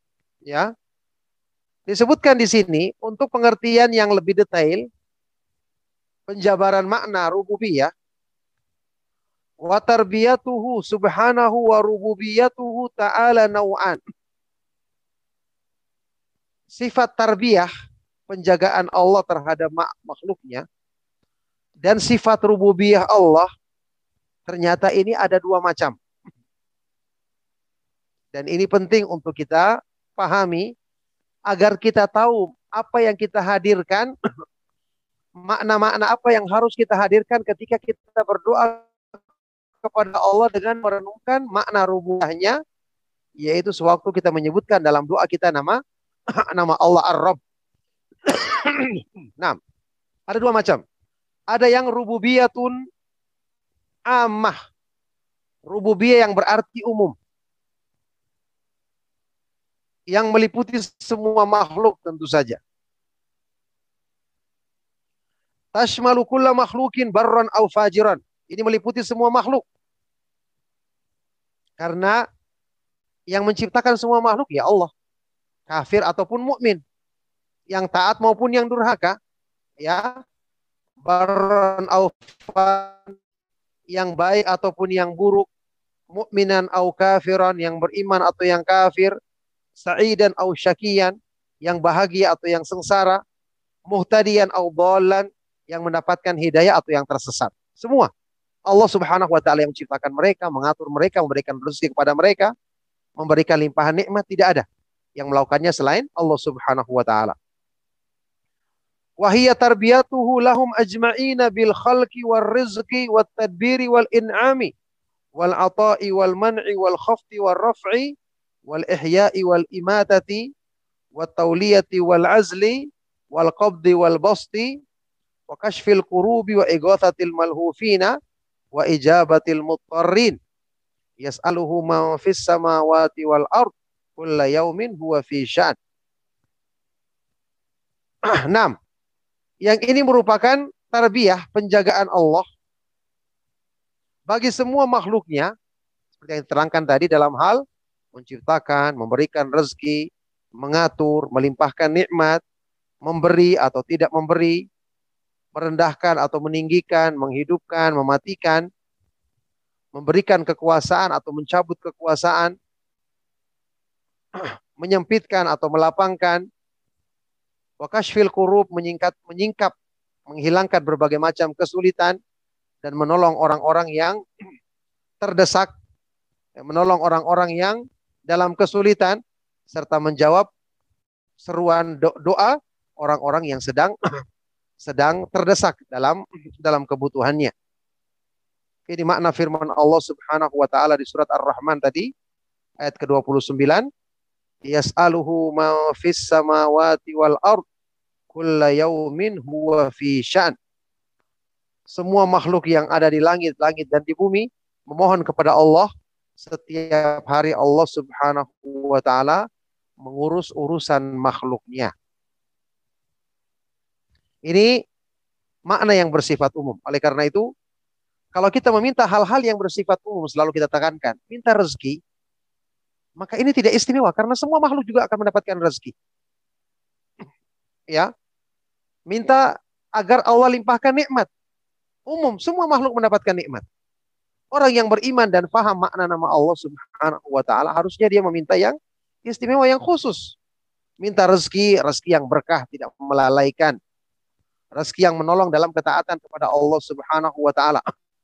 Ya. Disebutkan di sini untuk pengertian yang lebih detail penjabaran makna rububiyah wa tarbiyatuhu subhanahu wa rububiyatuhu ta'ala naw'an. Sifat tarbiyah, penjagaan Allah terhadap makhluknya, dan sifat rububiyah Allah, ternyata ini ada dua macam. Dan ini penting untuk kita pahami agar kita tahu apa yang kita hadirkan, makna-makna apa yang harus kita hadirkan ketika kita berdoa kepada Allah dengan merenungkan makna rububiyahnya, yaitu sewaktu kita menyebutkan dalam doa kita nama Allah Ar-Rabb. Nah, ada dua macam. Ada yang rububiyatun ammah. Rububiyah yang berarti umum. Yang meliputi semua makhluk tentu saja. Tashmalu kulla makhlukin barran au fajiran. Ini meliputi semua makhluk. Karena yang menciptakan semua makhluk ya Allah. Kafir ataupun mukmin, yang taat maupun yang durhaka, ya, barran au yang baik ataupun yang buruk, mukminan au kafiran, yang beriman atau yang kafir, sa'idan au syakiyan, yang bahagia atau yang sengsara, muhtadiyan au dhallan, yang mendapatkan hidayah atau yang tersesat. Semua Allah Subhanahu wa taala yang menciptakan mereka, mengatur mereka, memberikan rezeki kepada mereka, memberikan limpahan nikmat, tidak ada yang melakukannya selain Allah Subhanahu wa taala. Wa hiya tarbiyatuhu lahum ajma'ina bil khalqi war rizqi wat tadbiri wal in'ami wal ata'i wal man'i wal khafdi wal raf'i wal ihya'i wal imatati wat tawliyati wal azli wal qabdi wal basti wa kashfil kurubi wa ighathatil malhufina wa ijabatil muttarrin yas'aluhu ma fis samawati wal ard kulla yaumin huwa fi sya'n. 6. Yang ini merupakan tarbiyah, penjagaan Allah bagi semua makhluknya, seperti yang diterangkan tadi dalam hal menciptakan, memberikan rezeki, mengatur, melimpahkan nikmat, memberi atau tidak memberi, merendahkan atau meninggikan, menghidupkan, mematikan, memberikan kekuasaan atau mencabut kekuasaan, menyempitkan atau melapangkan, wa kashfil kurub, menyingkap, menghilangkan berbagai macam kesulitan, dan menolong orang-orang yang terdesak, menolong orang-orang yang dalam kesulitan, serta menjawab seruan doa orang-orang yang sedang terdesak dalam kebutuhannya. Ini makna firman Allah Subhanahu wa taala di surat Ar-Rahman tadi, ayat ke-29. Yas'aluhu ma fis samawati wal ard kulla yaumin huwa fi sya'n. Semua makhluk yang ada di langit dan di bumi memohon kepada Allah. Setiap hari Allah Subhanahu wa taala mengurus urusan makhluknya. Ini makna yang bersifat umum. Oleh karena itu, kalau kita meminta hal-hal yang bersifat umum, selalu kita tekankan, minta rezeki, maka ini tidak istimewa karena semua makhluk juga akan mendapatkan rezeki. Ya. Minta agar Allah limpahkan nikmat. Umum, semua makhluk mendapatkan nikmat. Orang yang beriman dan paham makna nama Allah Subhanahu wa taala harusnya dia meminta yang istimewa, yang khusus. Minta rezeki yang berkah, tidak melalaikan. Rezeki yang menolong dalam ketaatan kepada Allah Subhanahu wa taala.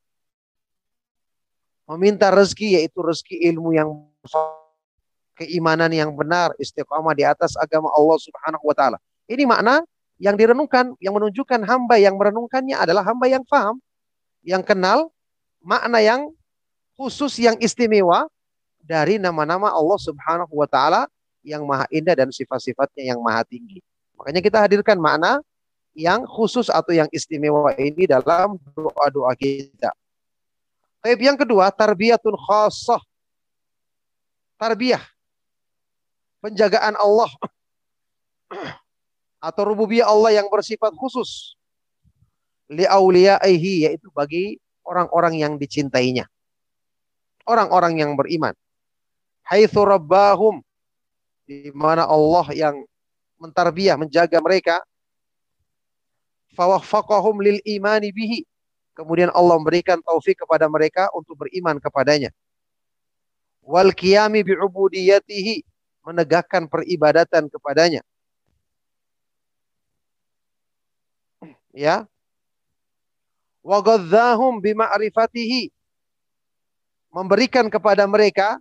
Meminta rezeki yaitu rezeki ilmu yang keimanan yang benar, istiqamah di atas agama Allah Subhanahu wa taala. Ini makna yang direnungkan, yang menunjukkan hamba yang merenungkannya adalah hamba yang paham, yang kenal makna yang khusus, yang istimewa dari nama-nama Allah Subhanahu wa taala yang maha indah dan sifat-sifatnya yang maha tinggi. Makanya kita hadirkan makna yang khusus atau yang istimewa ini dalam doa-doa kita. Tapi yang kedua, tarbiyatun khassah. Tarbiyah, penjagaan Allah atau rububiyah Allah yang bersifat khusus li auliyaihi, yaitu bagi orang-orang yang dicintainya, orang-orang yang beriman. Haitsu rabbahum, di mana Allah yang mentarbiyah, menjaga mereka. Fawaffaqahum lil imani bihi. Kemudian Allah memberikan taufik kepada mereka untuk beriman kepadanya. Wal qiyami bi'ubudiyatihi, menegakkan peribadatan kepadanya. Ya. Wa ghadzahum bima'rifatihi, memberikan kepada mereka,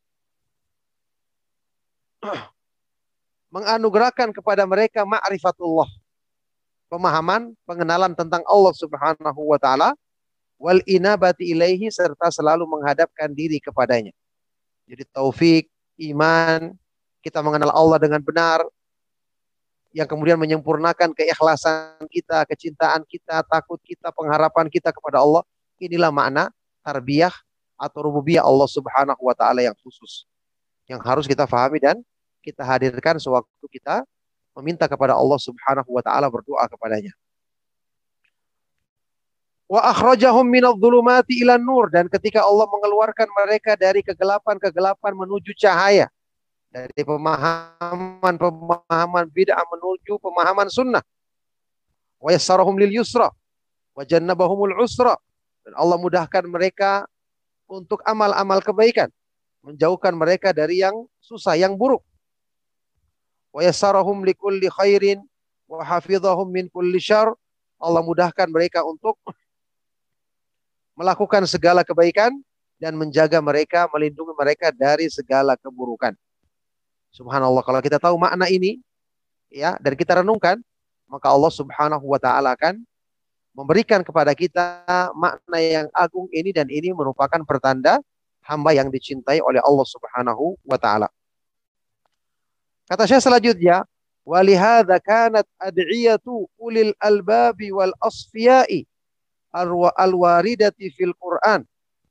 menganugerahkan kepada mereka ma'rifatullah, pemahaman, pengenalan tentang Allah Subhanahu wa taala, wal inabati ilaihi, serta selalu menghadapkan diri kepadanya. Jadi taufik, iman, kita mengenal Allah dengan benar, yang kemudian menyempurnakan keikhlasan kita, kecintaan kita, takut kita, pengharapan kita kepada Allah. Inilah makna tarbiyah atau rububiyah Allah Subhanahu wa taala yang khusus, yang harus kita fahami dan kita hadirkan sewaktu kita meminta kepada Allah Subhanahu wa taala, berdoa kepadanya. Wa akhrajahum minadh-dhulumati ilan nur, dan ketika Allah mengeluarkan mereka dari kegelapan-kegelapan menuju cahaya, dari pemahaman bid'ah menuju pemahaman sunnah. Wa yassarahum lil yusra wa jannabahumul usra, dan Allah mudahkan mereka untuk amal-amal kebaikan, menjauhkan mereka dari yang susah, yang buruk. Wa yassarahum likulli khairin wa hafizahum min kulli syarr, Allah mudahkan mereka untuk melakukan segala kebaikan dan menjaga mereka, melindungi mereka dari segala keburukan. Subhanallah, kalau kita tahu makna ini ya dan kita renungkan, maka Allah Subhanahu wa taala akan memberikan kepada kita makna yang agung ini, dan ini merupakan pertanda hamba yang dicintai oleh Allah Subhanahu wa taala. Kata Syekh selanjutnya, walihadza kanat ad'iyatu ulil albabi wal asfiya'i al-waridati fil Qur'an.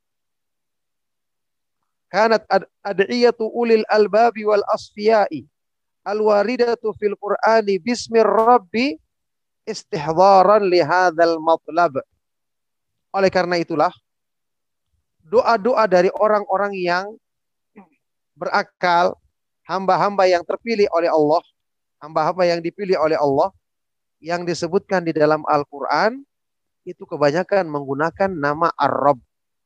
Kanat ad'iyatu ulil albabi wal asfiya'i al-waridatu fil Qur'ani bismir rabbi istihdharan li hadzal matlab. Oleh karena itulah doa-doa dari orang-orang yang berakal, hamba-hamba yang terpilih oleh Allah, hamba-hamba yang dipilih oleh Allah, yang disebutkan di dalam Al-Quran, itu kebanyakan menggunakan nama Ar-Rabb.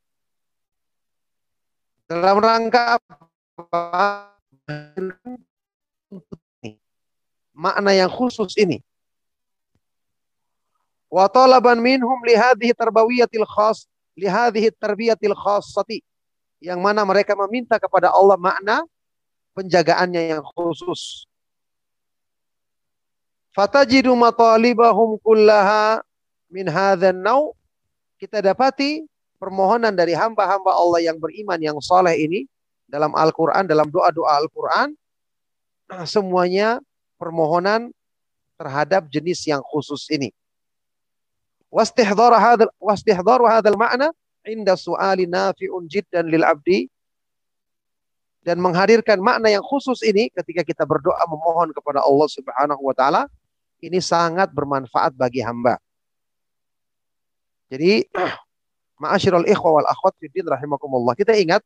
Dalam rangka apa? Makna yang khusus ini. Wa talaban minhum lihadhihi tarbawiyatil khas, lihadhihi tarbiyatil khassati, yang mana mereka meminta kepada Allah makna penjagaannya yang khusus. Fatajidu matalibahum kullaha min hadzal naw, kita dapati permohonan dari hamba-hamba Allah yang beriman, yang saleh ini dalam Al-Quran, dalam doa-doa Al-Quran, semuanya permohonan terhadap jenis yang khusus ini. Wastihdharu hadzal ma'na inda su'ali nafi'un jiddan lil abdi, dan menghadirkan makna yang khusus ini ketika kita berdoa memohon kepada Allah Subhanahu wa taala, ini sangat bermanfaat bagi hamba. Jadi ma'asyiral ikhwa wal akhwat fiddin rahimakumullah, kita ingat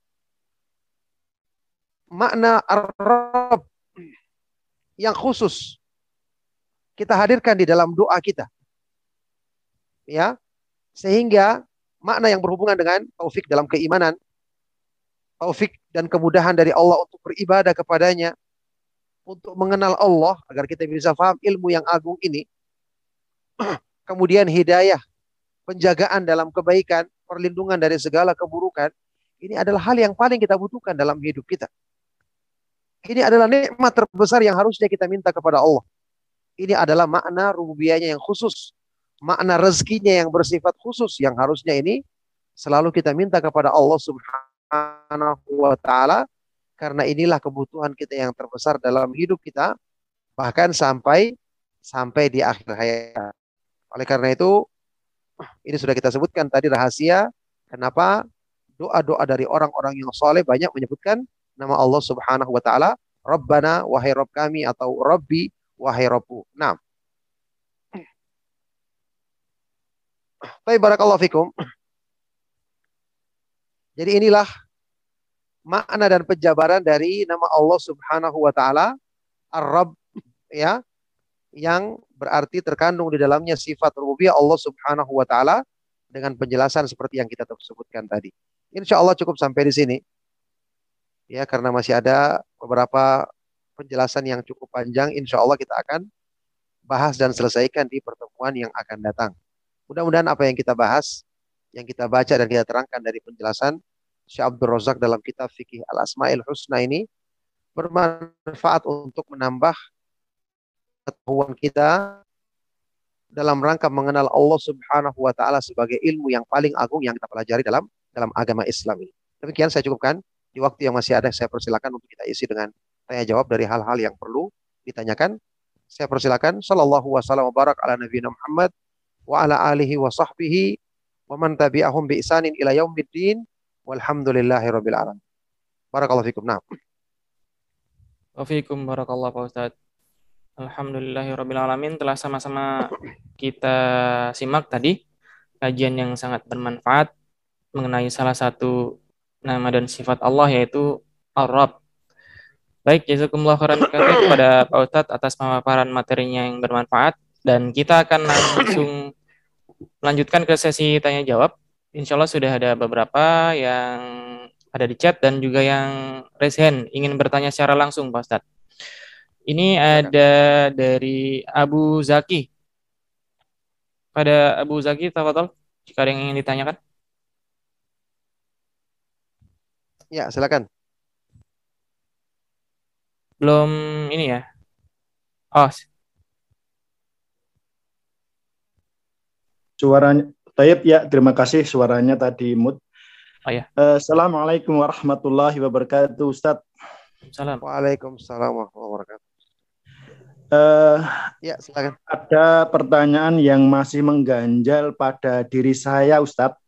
makna Ar-Rabb yang khusus kita hadirkan di dalam doa kita. Ya, sehingga makna yang berhubungan dengan taufik dalam keimanan, taufik dan kemudahan dari Allah untuk beribadah kepadanya, untuk mengenal Allah agar kita bisa paham ilmu yang agung ini, kemudian hidayah, penjagaan dalam kebaikan, perlindungan dari segala keburukan, ini adalah hal yang paling kita butuhkan dalam hidup kita. Ini adalah nikmat terbesar yang harusnya kita minta kepada Allah. Ini adalah makna rububiyahnya yang khusus, makna rezekinya yang bersifat khusus, yang harusnya ini selalu kita minta kepada Allah Subhanahu wa taala, karena inilah kebutuhan kita yang terbesar dalam hidup kita, bahkan sampai di akhir hayat. Oleh karena itu, ini sudah kita sebutkan tadi rahasia kenapa doa-doa dari orang-orang yang soleh banyak menyebutkan nama Allah Subhanahu wa taala, Rabbana, wahai Rabb kami, atau Rabbi, wahai Rabbu. Nah, baik, barakallahu fikum. Jadi inilah makna dan penjabaran dari nama Allah Subhanahu wa taala Ar-Rabb, ya, yang berarti terkandung di dalamnya sifat rububiyah Allah Subhanahu wa taala dengan penjelasan seperti yang kita sebutkan tadi. Insya Allah cukup sampai di sini. Ya, karena masih ada beberapa penjelasan yang cukup panjang, insya Allah kita akan bahas dan selesaikan di pertemuan yang akan datang. Mudah-mudahan apa yang kita bahas, yang kita baca dan kita terangkan dari penjelasan Syekh Abdul Razak dalam kitab Fikih Al-Asma'il Husna ini bermanfaat untuk menambah pengetahuan kita dalam rangka mengenal Allah Subhanahu wa taala sebagai ilmu yang paling agung yang kita pelajari dalam agama Islam ini. Demikian saya cukupkan. Di waktu yang masih ada saya persilakan untuk kita isi dengan tanya jawab dari hal-hal yang perlu ditanyakan. Saya persilakan. Sallallahu wasallam wa barak ala nabiyina Muhammad wa ala alihi wa sahbihi wa man tabi'ahum bi ihsanin ila yaumiddin walhamdulillahi rabbil alamin. Barakallahu fikum. Nah. Wafikum barakallah Pak Ustadz. Alhamdulillahirrabbilalamin, telah sama-sama kita simak tadi kajian yang sangat bermanfaat mengenai salah satu nama dan sifat Allah, yaitu Ar-Rabb. Baik, jazakumullah khairan katsir kepada Pak Ustadz atas pemaparan materinya yang bermanfaat, dan kita akan langsung melanjutkan ke sesi tanya jawab. Insya Allah sudah ada beberapa yang ada di chat dan juga yang raise hand ingin bertanya secara langsung Pak Ustadz. Ini ada dari Abu Zaki. Pada Abu Zaki, tafadhol, jika ada yang ingin ditanyakan. Ya, silakan. Belum ini ya. Oh, suaranya Taib ya, terima kasih, suaranya tadi mute. Oh ya. Assalamualaikum warahmatullahi wabarakatuh, Ustadz. Salam. Waalaikumsalam warahmatullahi wabarakatuh. Ya, silakan. Ada pertanyaan yang masih mengganjal pada diri saya, Ustadz.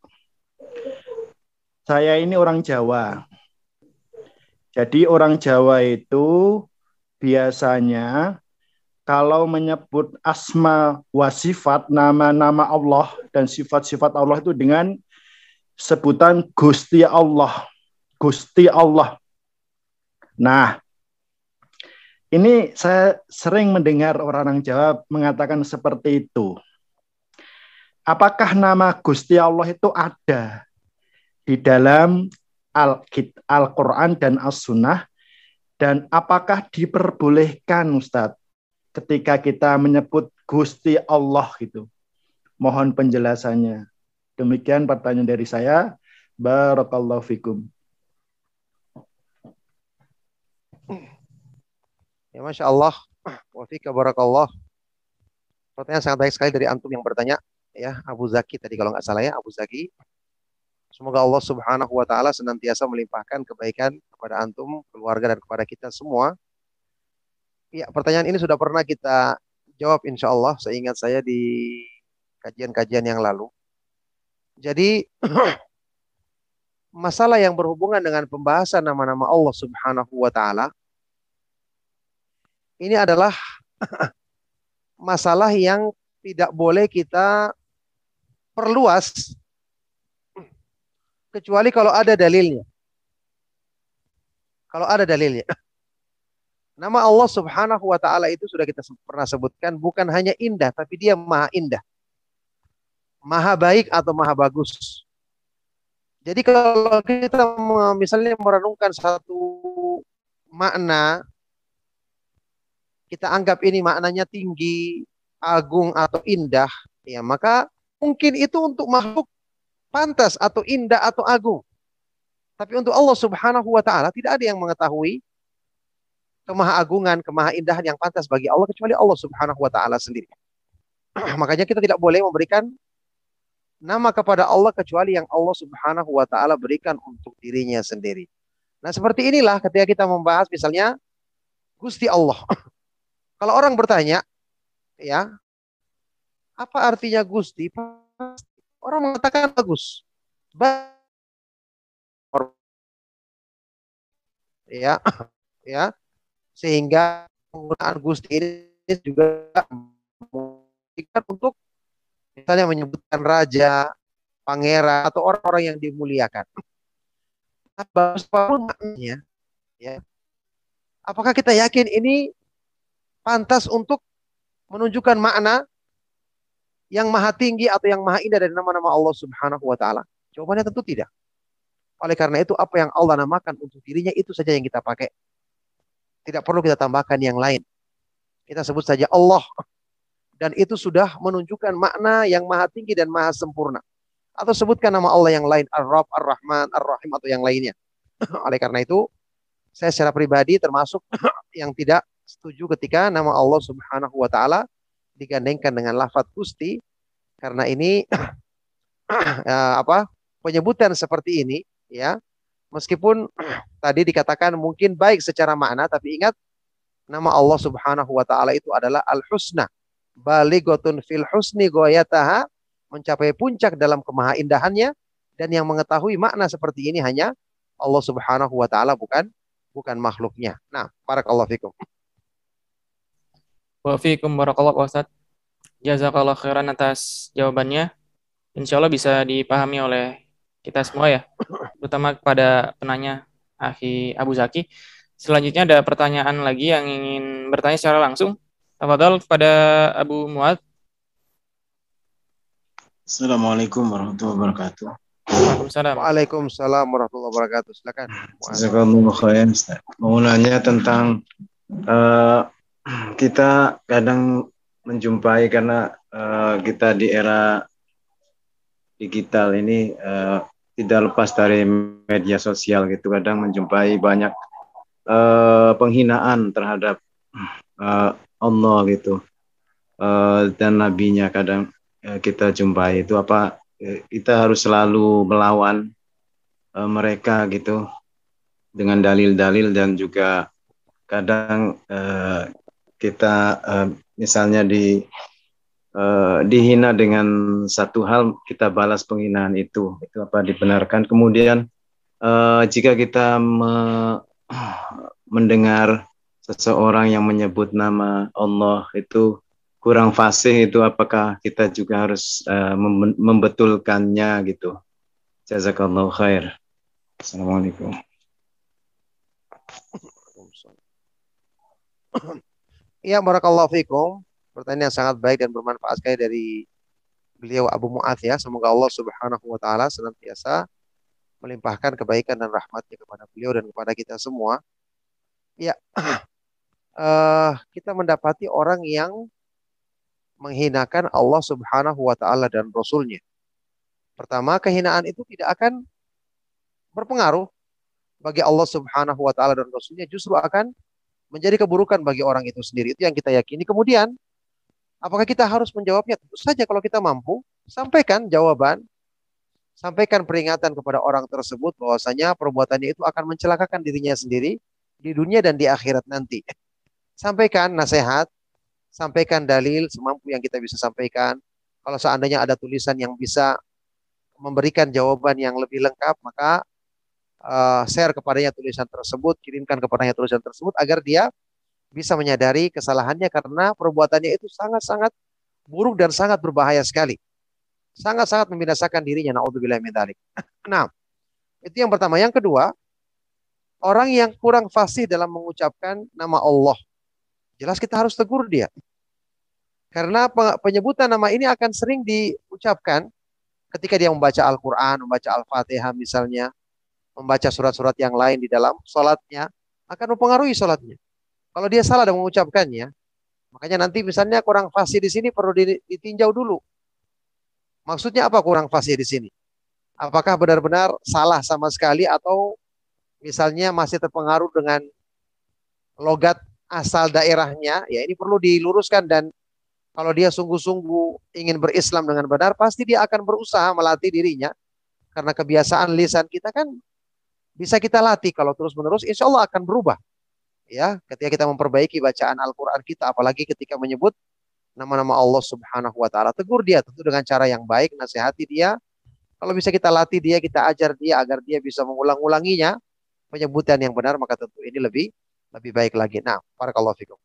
Saya ini orang Jawa. Jadi orang Jawa itu biasanya kalau menyebut asma wa sifat, nama-nama Allah dan sifat-sifat Allah itu dengan sebutan Gusti Allah. Gusti Allah. Nah, ini saya sering mendengar orang Jawa mengatakan seperti itu. Apakah nama Gusti Allah itu ada di dalam Al-Quran dan As-Sunnah? Dan apakah diperbolehkan, Ustadz, ketika kita menyebut Gusti Allah gitu? Mohon penjelasannya. Demikian pertanyaan dari saya. Barakallahu fikum. Ya, Masya Allah. Wa fika barakallah. Pertanyaan sangat baik sekali dari antum yang bertanya. Ya, Abu Zaki tadi kalau nggak salah ya, Abu Zaki. Semoga Allah Subhanahu wa taala senantiasa melimpahkan kebaikan kepada antum, keluarga, dan kepada kita semua. Ya, pertanyaan ini sudah pernah kita jawab insya Allah, seingat saya di kajian-kajian yang lalu. Jadi masalah yang berhubungan dengan pembahasan nama-nama Allah Subhanahu wa taala ini adalah masalah yang tidak boleh kita perluas kecuali kalau ada dalilnya. Kalau ada dalilnya. Nama Allah Subhanahu wa taala itu sudah kita pernah sebutkan, bukan hanya indah, tapi dia maha indah. Maha baik atau maha bagus. Jadi kalau kita misalnya merenungkan satu makna, kita anggap ini maknanya tinggi, agung atau indah, ya maka mungkin itu untuk makhluk pantas atau indah atau agung. Tapi untuk Allah Subhanahu wa taala tidak ada yang mengetahui kemahaagungan, kemahaindahan yang pantas bagi Allah kecuali Allah Subhanahu wa taala sendiri. Makanya kita tidak boleh memberikan nama kepada Allah kecuali yang Allah Subhanahu wa taala berikan untuk dirinya sendiri. Nah, seperti inilah ketika kita membahas misalnya Gusti Allah. Kalau orang bertanya, ya, apa artinya Gusti? Orang mengatakan bagus. Ya, ya. Sehingga penggunaan Gusti ini juga untuk misalnya menyebutkan raja, pangeran atau orang-orang yang dimuliakan. bagus apapun maknanya, ya. Apakah kita yakin ini pantas untuk menunjukkan makna yang maha tinggi atau yang maha indah dari nama-nama Allah Subhanahu wa taala? Jawabannya tentu tidak. Oleh karena itu apa yang Allah namakan untuk dirinya itu saja yang kita pakai. Tidak perlu kita tambahkan yang lain. Kita sebut saja Allah dan itu sudah menunjukkan makna yang maha tinggi dan maha sempurna. Atau sebutkan nama Allah yang lain, Ar-Rabb, Ar-Rahman, Ar-Rahim atau yang lainnya. Oleh karena itu, saya secara pribadi termasuk yang tidak setuju ketika nama Allah Subhanahu wa taala digandengkan dengan lafadz Gusti karena ini penyebutan seperti ini ya meskipun tadi dikatakan mungkin baik secara makna tapi ingat nama Allah Subhanahu wa taala itu adalah Al-Husna balighatun fil husni ghayataha mencapai puncak dalam kemahaindahannya dan yang mengetahui makna seperti ini hanya Allah Subhanahu wa taala bukan makhluknya. Nah, barakallahu fikum. Wa fiikum barakallahu Ustaz. Jazakallah khairan atas jawabannya. Insya Allah bisa dipahami oleh kita semua ya, terutama kepada penanya Akhi Abu Zaki. Selanjutnya ada pertanyaan lagi yang ingin bertanya secara langsung. Tafadhol kepada Abu Muad. Assalamualaikum warahmatullahi wabarakatuh. Waalaikumsalam. Waalaikumsalam warahmatullahi wabarakatuh. Silakan. Jazakallahu khairan, Ustaz. Mau nanya tentang kita kadang menjumpai karena kita di era digital ini tidak lepas dari media sosial gitu, kadang menjumpai banyak penghinaan terhadap Allah gitu dan nabinya kadang kita jumpai itu apa kita harus selalu melawan mereka gitu dengan dalil-dalil dan juga kadang kita misalnya dihina dengan satu hal kita balas penghinaan itu apa dibenarkan. Kemudian jika kita mendengar seseorang yang menyebut nama Allah itu kurang fasih itu apakah kita juga harus membetulkannya gitu. Jazakallahu khair. Assalamualaikum. Ya, barakallahu fikum. Pertanyaan yang sangat baik dan bermanfaat sekali dari beliau Abu Mu'adz ya. Semoga Allah Subhanahu wa taala senantiasa melimpahkan kebaikan dan rahmatnya kepada beliau dan kepada kita semua. Ya, kita mendapati orang yang menghinakan Allah Subhanahu wa taala dan Rasulnya. Pertama, kehinaan itu tidak akan berpengaruh bagi Allah Subhanahu wa taala dan Rasulnya, justru akan menjadi keburukan bagi orang itu sendiri. Itu yang kita yakini. Kemudian, apakah kita harus menjawabnya? Tentu saja kalau kita mampu, sampaikan jawaban, sampaikan peringatan kepada orang tersebut bahwasanya perbuatannya itu akan mencelakakan dirinya sendiri di dunia dan di akhirat nanti. Sampaikan nasihat, sampaikan dalil semampu yang kita bisa sampaikan. Kalau seandainya ada tulisan yang bisa memberikan jawaban yang lebih lengkap, maka share kepadanya tulisan tersebut, kirimkan kepadanya tulisan tersebut agar dia bisa menyadari kesalahannya karena perbuatannya itu sangat-sangat buruk dan sangat berbahaya sekali. Sangat-sangat membinasakan dirinya. Na'udzubillah min dzalik. Nah, itu yang pertama. Yang kedua, orang yang kurang fasih dalam mengucapkan nama Allah. Jelas kita harus tegur dia. Karena penyebutan nama ini akan sering diucapkan ketika dia membaca Al-Quran, membaca Al-Fatihah misalnya, membaca surat-surat yang lain di dalam sholatnya, akan mempengaruhi sholatnya. Kalau dia salah dalam mengucapkannya, makanya nanti misalnya kurang fasih di sini perlu ditinjau dulu. Maksudnya apa kurang fasih di sini? Apakah benar-benar salah sama sekali atau misalnya masih terpengaruh dengan logat asal daerahnya? Ya ini perlu diluruskan dan kalau dia sungguh-sungguh ingin berislam dengan benar, pasti dia akan berusaha melatih dirinya. Karena kebiasaan lisan kita kan bisa kita latih kalau terus-menerus, insya Allah akan berubah. Ya, ketika kita memperbaiki bacaan Al-Quran kita, apalagi ketika menyebut nama-nama Allah Subhanahu wa taala, tegur dia tentu dengan cara yang baik, nasihati dia. Kalau bisa kita latih dia, kita ajar dia agar dia bisa mengulang-ulanginya, penyebutan yang benar, maka tentu ini lebih baik lagi. Nah, barakallahu fikum.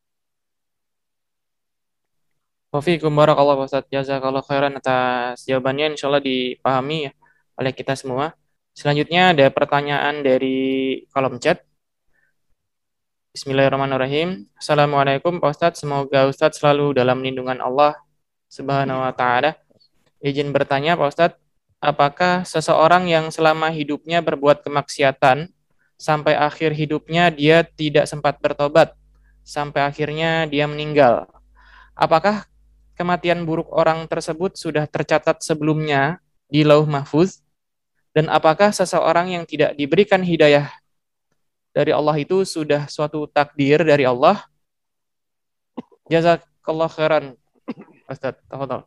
Wa fiikum barakallahu Ustaz. Jazakallah khairan atas jawabannya. Insya Allah dipahami ya oleh kita semua. Selanjutnya ada pertanyaan dari kolom chat. Bismillahirrahmanirrahim. Assalamualaikum Pak Ustadz. Semoga Ustadz selalu dalam lindungan Allah Subhanahu wa Ta'ala. Izin bertanya Pak Ustadz, apakah seseorang yang selama hidupnya berbuat kemaksiatan sampai akhir hidupnya dia tidak sempat bertobat sampai akhirnya dia meninggal? Apakah kematian buruk orang tersebut sudah tercatat sebelumnya di Lauh Mahfuz? Dan apakah seseorang yang tidak diberikan hidayah dari Allah itu sudah suatu takdir dari Allah? Jazakallah khairan, Ustaz. Tafadhol.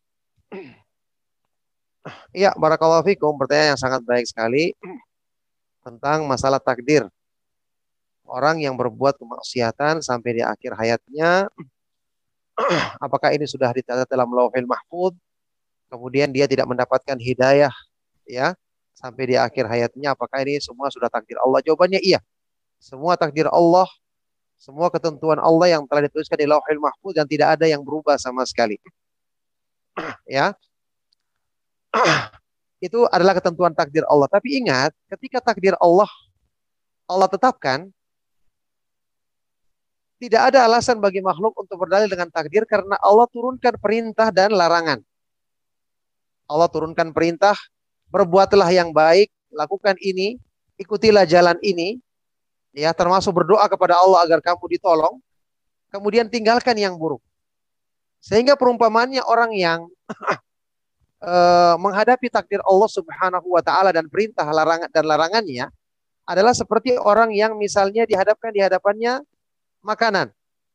Iya, barakallahu fikum. Pertanyaan yang sangat baik sekali tentang masalah takdir. Orang yang berbuat kemaksiatan sampai di akhir hayatnya, apakah ini sudah dicatat dalam Lauhil Mahfuz? Kemudian dia tidak mendapatkan hidayah, ya, sampai di akhir hayatnya, apakah ini semua sudah takdir Allah? Jawabannya iya. Semua takdir Allah, semua ketentuan Allah yang telah dituliskan di Lauhil Mahfuz dan tidak ada yang berubah sama sekali. Ya. Itu adalah ketentuan takdir Allah. Tapi ingat, ketika takdir Allah tetapkan, tidak ada alasan bagi makhluk untuk berdalil dengan takdir karena Allah turunkan perintah dan larangan. Allah turunkan perintah, berbuatlah yang baik, lakukan ini, ikutilah jalan ini, ya, termasuk berdoa kepada Allah agar kamu ditolong, kemudian tinggalkan yang buruk. Sehingga perumpamannya orang yang menghadapi takdir Allah Subhanahu wa Ta'ala dan perintah dan larangannya adalah seperti orang yang misalnya di hadapannya makanan.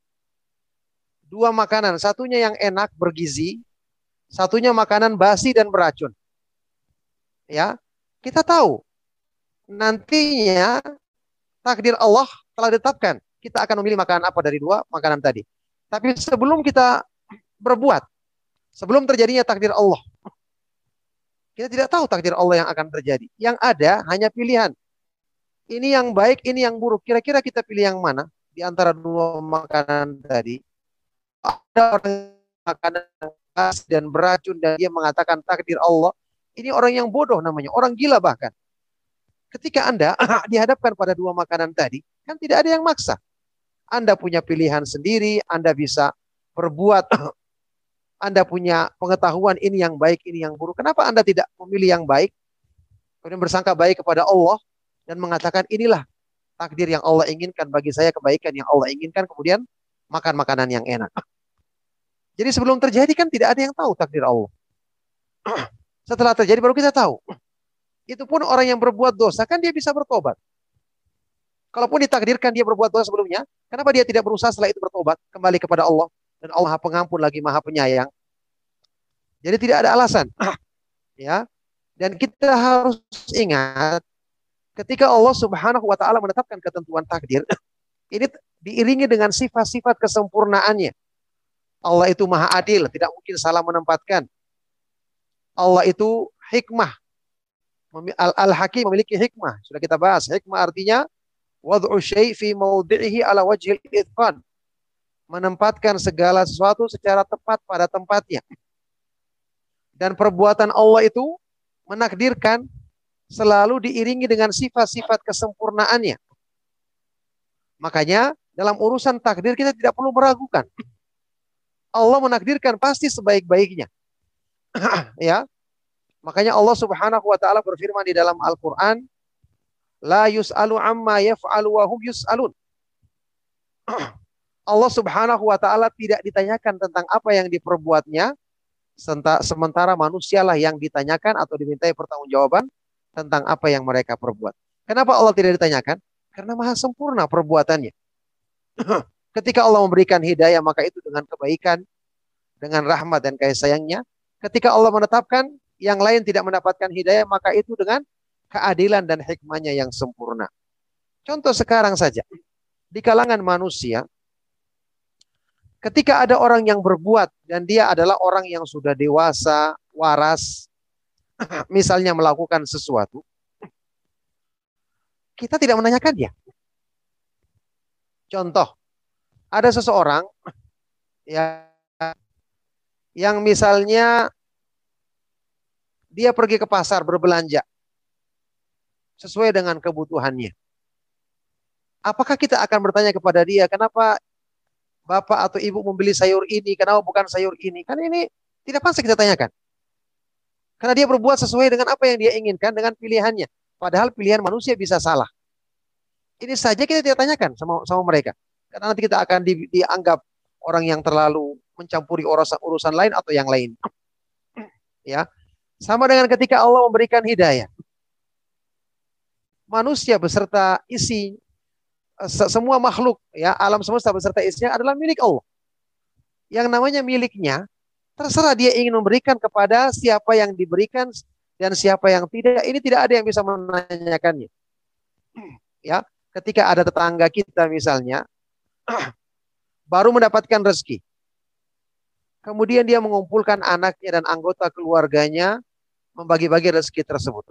Dua makanan, satunya yang enak bergizi, satunya makanan basi dan beracun. Ya, kita tahu nantinya takdir Allah telah ditetapkan. Kita akan memilih makanan apa dari dua makanan tadi. Tapi sebelum kita berbuat, sebelum terjadinya takdir Allah, kita tidak tahu takdir Allah yang akan terjadi. Yang ada hanya pilihan. Ini yang baik, ini yang buruk. Kira-kira kita pilih yang mana di antara dua makanan tadi? Ada orang makanan basi dan beracun dan dia mengatakan takdir Allah. Ini orang yang bodoh namanya, orang gila bahkan. Ketika Anda dihadapkan pada dua makanan tadi, kan tidak ada yang maksa. Anda punya pilihan sendiri, Anda bisa berbuat, Anda punya pengetahuan ini yang baik, ini yang buruk. Kenapa Anda tidak memilih yang baik, kemudian bersangka baik kepada Allah, dan mengatakan inilah takdir yang Allah inginkan bagi saya, kebaikan yang Allah inginkan, kemudian makan makanan yang enak. Jadi sebelum terjadi kan tidak ada yang tahu takdir Allah. Setelah terjadi baru kita tahu. Itu pun orang yang berbuat dosa kan dia bisa bertobat. Kalaupun ditakdirkan dia berbuat dosa sebelumnya, kenapa dia tidak berusaha setelah itu bertobat kembali kepada Allah? Dan Allah Maha Pengampun lagi Maha Penyayang. Jadi tidak ada alasan. Ya. Dan kita harus ingat ketika Allah Subhanahu wa Ta'ala menetapkan ketentuan takdir, ini diiringi dengan sifat-sifat kesempurnaannya. Allah itu Maha Adil, tidak mungkin salah menempatkan. Allah itu hikmah. Al-Hakim memiliki hikmah. Sudah kita bahas. Hikmah artinya wad'u syai' fi mawdi'ihi ala wajhil itqan. Menempatkan segala sesuatu secara tepat pada tempatnya. Dan perbuatan Allah itu menakdirkan selalu diiringi dengan sifat-sifat kesempurnaannya. Makanya dalam urusan takdir kita tidak perlu meragukan. Allah menakdirkan pasti sebaik-baiknya. Ya. Makanya Allah Subhanahu wa Ta'ala berfirman di dalam Al-Qur'an, la yus'alu amma yaf'alu wa hum yus'alun. Allah Subhanahu wa Ta'ala tidak ditanyakan tentang apa yang diperbuatnya, sementara manusialah yang ditanyakan atau dimintai pertanggungjawaban tentang apa yang mereka perbuat. Kenapa Allah tidak ditanyakan? Karena maha sempurna perbuatannya. Ketika Allah memberikan hidayah, maka itu dengan kebaikan, dengan rahmat dan kasih sayangnya. Ketika Allah menetapkan yang lain tidak mendapatkan hidayah, maka itu dengan keadilan dan hikmahnya yang sempurna. Contoh sekarang saja, di kalangan manusia, ketika ada orang yang berbuat dan dia adalah orang yang sudah dewasa, waras, misalnya melakukan sesuatu, kita tidak menanyakan dia. Contoh, ada seseorang yang misalnya dia pergi ke pasar berbelanja. sesuai dengan kebutuhannya. Apakah kita akan bertanya kepada dia, kenapa bapak atau ibu membeli sayur ini, kenapa bukan sayur ini? Kan ini tidak pantas kita tanyakan. Karena dia berbuat sesuai dengan apa yang dia inginkan, dengan pilihannya. Padahal pilihan manusia bisa salah. Ini saja kita tidak tanyakan sama mereka. Karena nanti kita akan dianggap orang yang terlalu mencampuri urusan lain atau yang lain. Ya, sama dengan ketika Allah memberikan hidayah. Manusia beserta isi semua makhluk, ya, alam semesta beserta isinya adalah milik Allah. Yang namanya miliknya, terserah dia ingin memberikan kepada siapa yang diberikan dan siapa yang tidak. Ini tidak ada yang bisa menanyakannya. Ya, ketika ada tetangga kita misalnya baru mendapatkan rezeki, kemudian dia mengumpulkan anaknya dan anggota keluarganya membagi-bagi rezeki tersebut.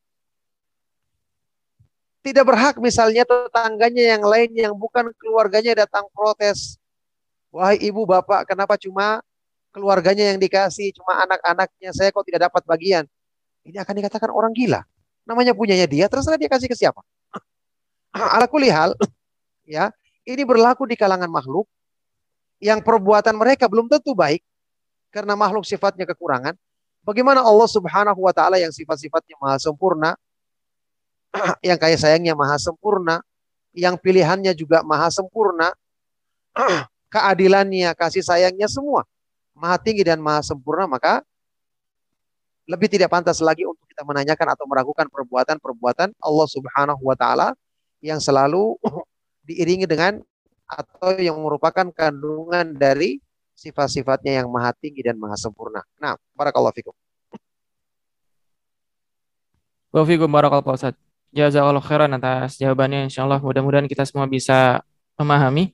Tidak berhak misalnya tetangganya yang lain yang bukan keluarganya datang protes. Wahai ibu bapak, kenapa cuma keluarganya yang dikasih, cuma anak-anaknya saya kok tidak dapat bagian? Ini akan dikatakan orang gila. Namanya punyanya dia, terserah dia kasih ke siapa. Ala kulli hal, ya, ini berlaku di kalangan makhluk yang perbuatan mereka belum tentu baik karena makhluk sifatnya kekurangan. Bagaimana Allah Subhanahu wa taala yang sifat-sifatnya maha sempurna, yang kaya sayangnya maha sempurna, yang pilihannya juga maha sempurna, keadilannya, kasih sayangnya semua maha tinggi dan maha sempurna, maka lebih tidak pantas lagi untuk kita menanyakan atau meragukan perbuatan-perbuatan Allah Subhanahu wa taala yang selalu diiringi dengan atau yang merupakan kandungan dari sifat-sifatnya yang maha tinggi dan maha sempurna. Nah, barakallahu fikum. Wa fikum barakallahu Ustaz. Jazakallahu khairan atas jawabannya. Insyaallah mudah-mudahan kita semua bisa memahami.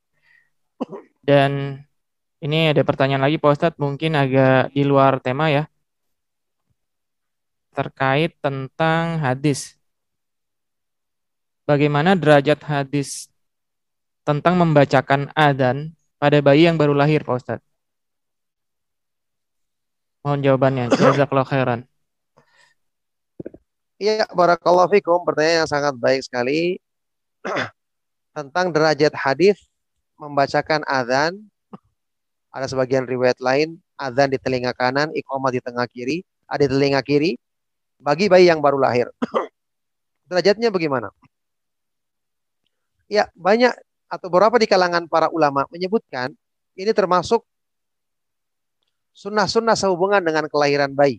Dan ini ada pertanyaan lagi Pak Ustadz, mungkin agak di luar tema ya. Terkait tentang hadis. Bagaimana derajat hadis tentang membacakan adzan pada bayi yang baru lahir, Pak Ustadz? Mohon jawabannya. Jazakallahu khairan. Iya, barakallahu fikum. Pertanyaan yang sangat baik sekali tentang derajat hadis membacakan adzan. Ada sebagian riwayat lain, adzan di telinga kanan, iqamah di tengah kiri, ada di telinga kiri bagi bayi yang baru lahir. Derajatnya bagaimana? Ya, banyak atau beberapa di kalangan para ulama menyebutkan ini termasuk sunnah-sunnah sehubungan dengan kelahiran bayi.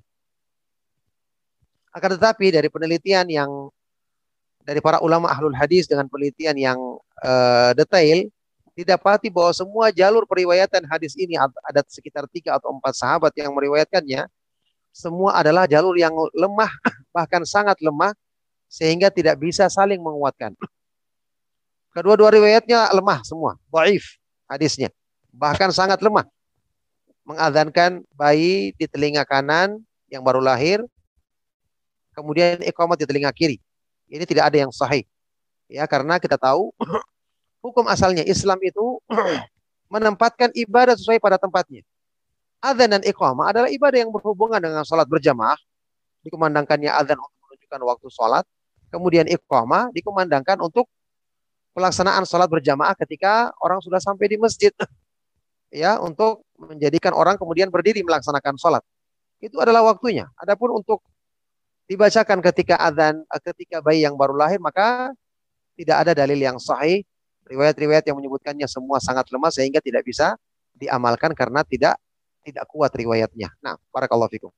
Akan tetapi dari penelitian yang dari para ulama ahlul hadis dengan penelitian yang detail, didapati bahwa semua jalur periwayatan hadis ini ada sekitar 3 atau 4 sahabat yang meriwayatkannya, semua adalah jalur yang lemah, bahkan sangat lemah, sehingga tidak bisa saling menguatkan. Kedua-dua riwayatnya lemah semua, dhaif hadisnya, bahkan sangat lemah. Mengadzankan bayi di telinga kanan yang baru lahir, kemudian iqamah di telinga kiri. Ini tidak ada yang sahih. Ya, karena kita tahu hukum asalnya Islam itu menempatkan ibadah sesuai pada tempatnya. Adzan dan iqamah adalah ibadah yang berhubungan dengan salat berjamaah. Dikumandangkannya adzan untuk menunjukkan waktu salat, kemudian iqamah dikumandangkan untuk pelaksanaan salat berjamaah ketika orang sudah sampai di masjid. Ya, untuk menjadikan orang kemudian berdiri melaksanakan salat. Itu adalah waktunya. Adapun untuk dibacakan ketika adzan, ketika bayi yang baru lahir, maka tidak ada dalil yang sahih. Riwayat-riwayat yang menyebutkannya semua sangat lemah sehingga tidak bisa diamalkan karena tidak kuat riwayatnya. Nah, barakallahu fikum.